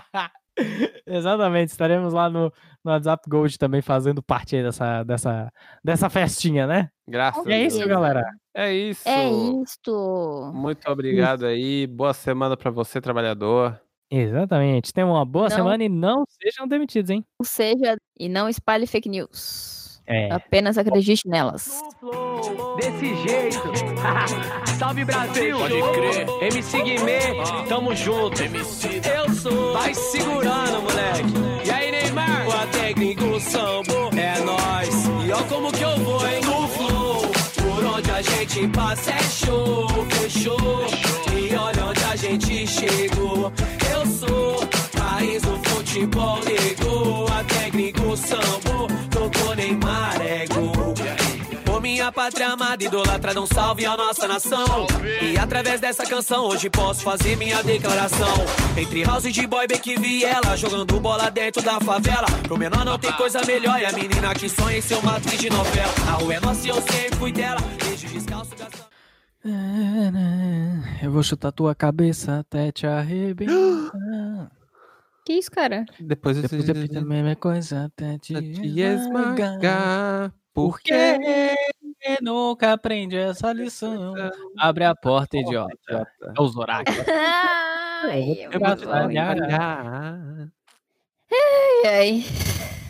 [SPEAKER 4] Exatamente, estaremos lá no WhatsApp Gold também fazendo parte aí dessa festinha, né?
[SPEAKER 1] Graças
[SPEAKER 4] E é
[SPEAKER 1] a
[SPEAKER 4] isso,
[SPEAKER 1] Deus.
[SPEAKER 4] galera.
[SPEAKER 1] É isso.
[SPEAKER 2] É isto.
[SPEAKER 1] Muito obrigado aí. Boa semana pra você, trabalhador.
[SPEAKER 4] Exatamente. Tenham uma boa
[SPEAKER 2] Não.
[SPEAKER 4] semana e não sejam demitidos, hein?
[SPEAKER 2] Ou seja, e não espalhe fake news.
[SPEAKER 4] É.
[SPEAKER 2] Apenas acredite nelas.
[SPEAKER 6] Desse jeito. Salve Brasil. Pode crer. MC Guimê, tamo junto. Eu sou. Vai segurando, moleque. E aí, Neymar? O técnico Sambo é nóis. E ó como que eu vou, hein? No flow. Por onde a gente passa é show. Fechou. E olha onde a gente chegou. Eu sou. País do futebol negou. A técnico Sambo. Tocou Neymar, é gol. Minha pátria amada, idolatra, um salve à nossa nação. E através dessa canção hoje posso fazer minha declaração. Entre house de boy, Beck e Viela, jogando bola dentro da favela. Pro menor não tem coisa melhor, e a menina que sonha em ser uma atriz de novela. A rua é nossa e eu sempre fui dela, desde descalço gastando.
[SPEAKER 4] Eu vou chutar tua cabeça até te arrebentar.
[SPEAKER 2] Que isso, cara?
[SPEAKER 1] Depois eu
[SPEAKER 4] Depois repita a mesma coisa até te esmagar.
[SPEAKER 1] esmagar.
[SPEAKER 4] Porque nunca aprende essa lição. Abre a porta, idiota. É os oráculos.
[SPEAKER 2] Ai,
[SPEAKER 1] Eu vou te trabalhar.
[SPEAKER 2] ai.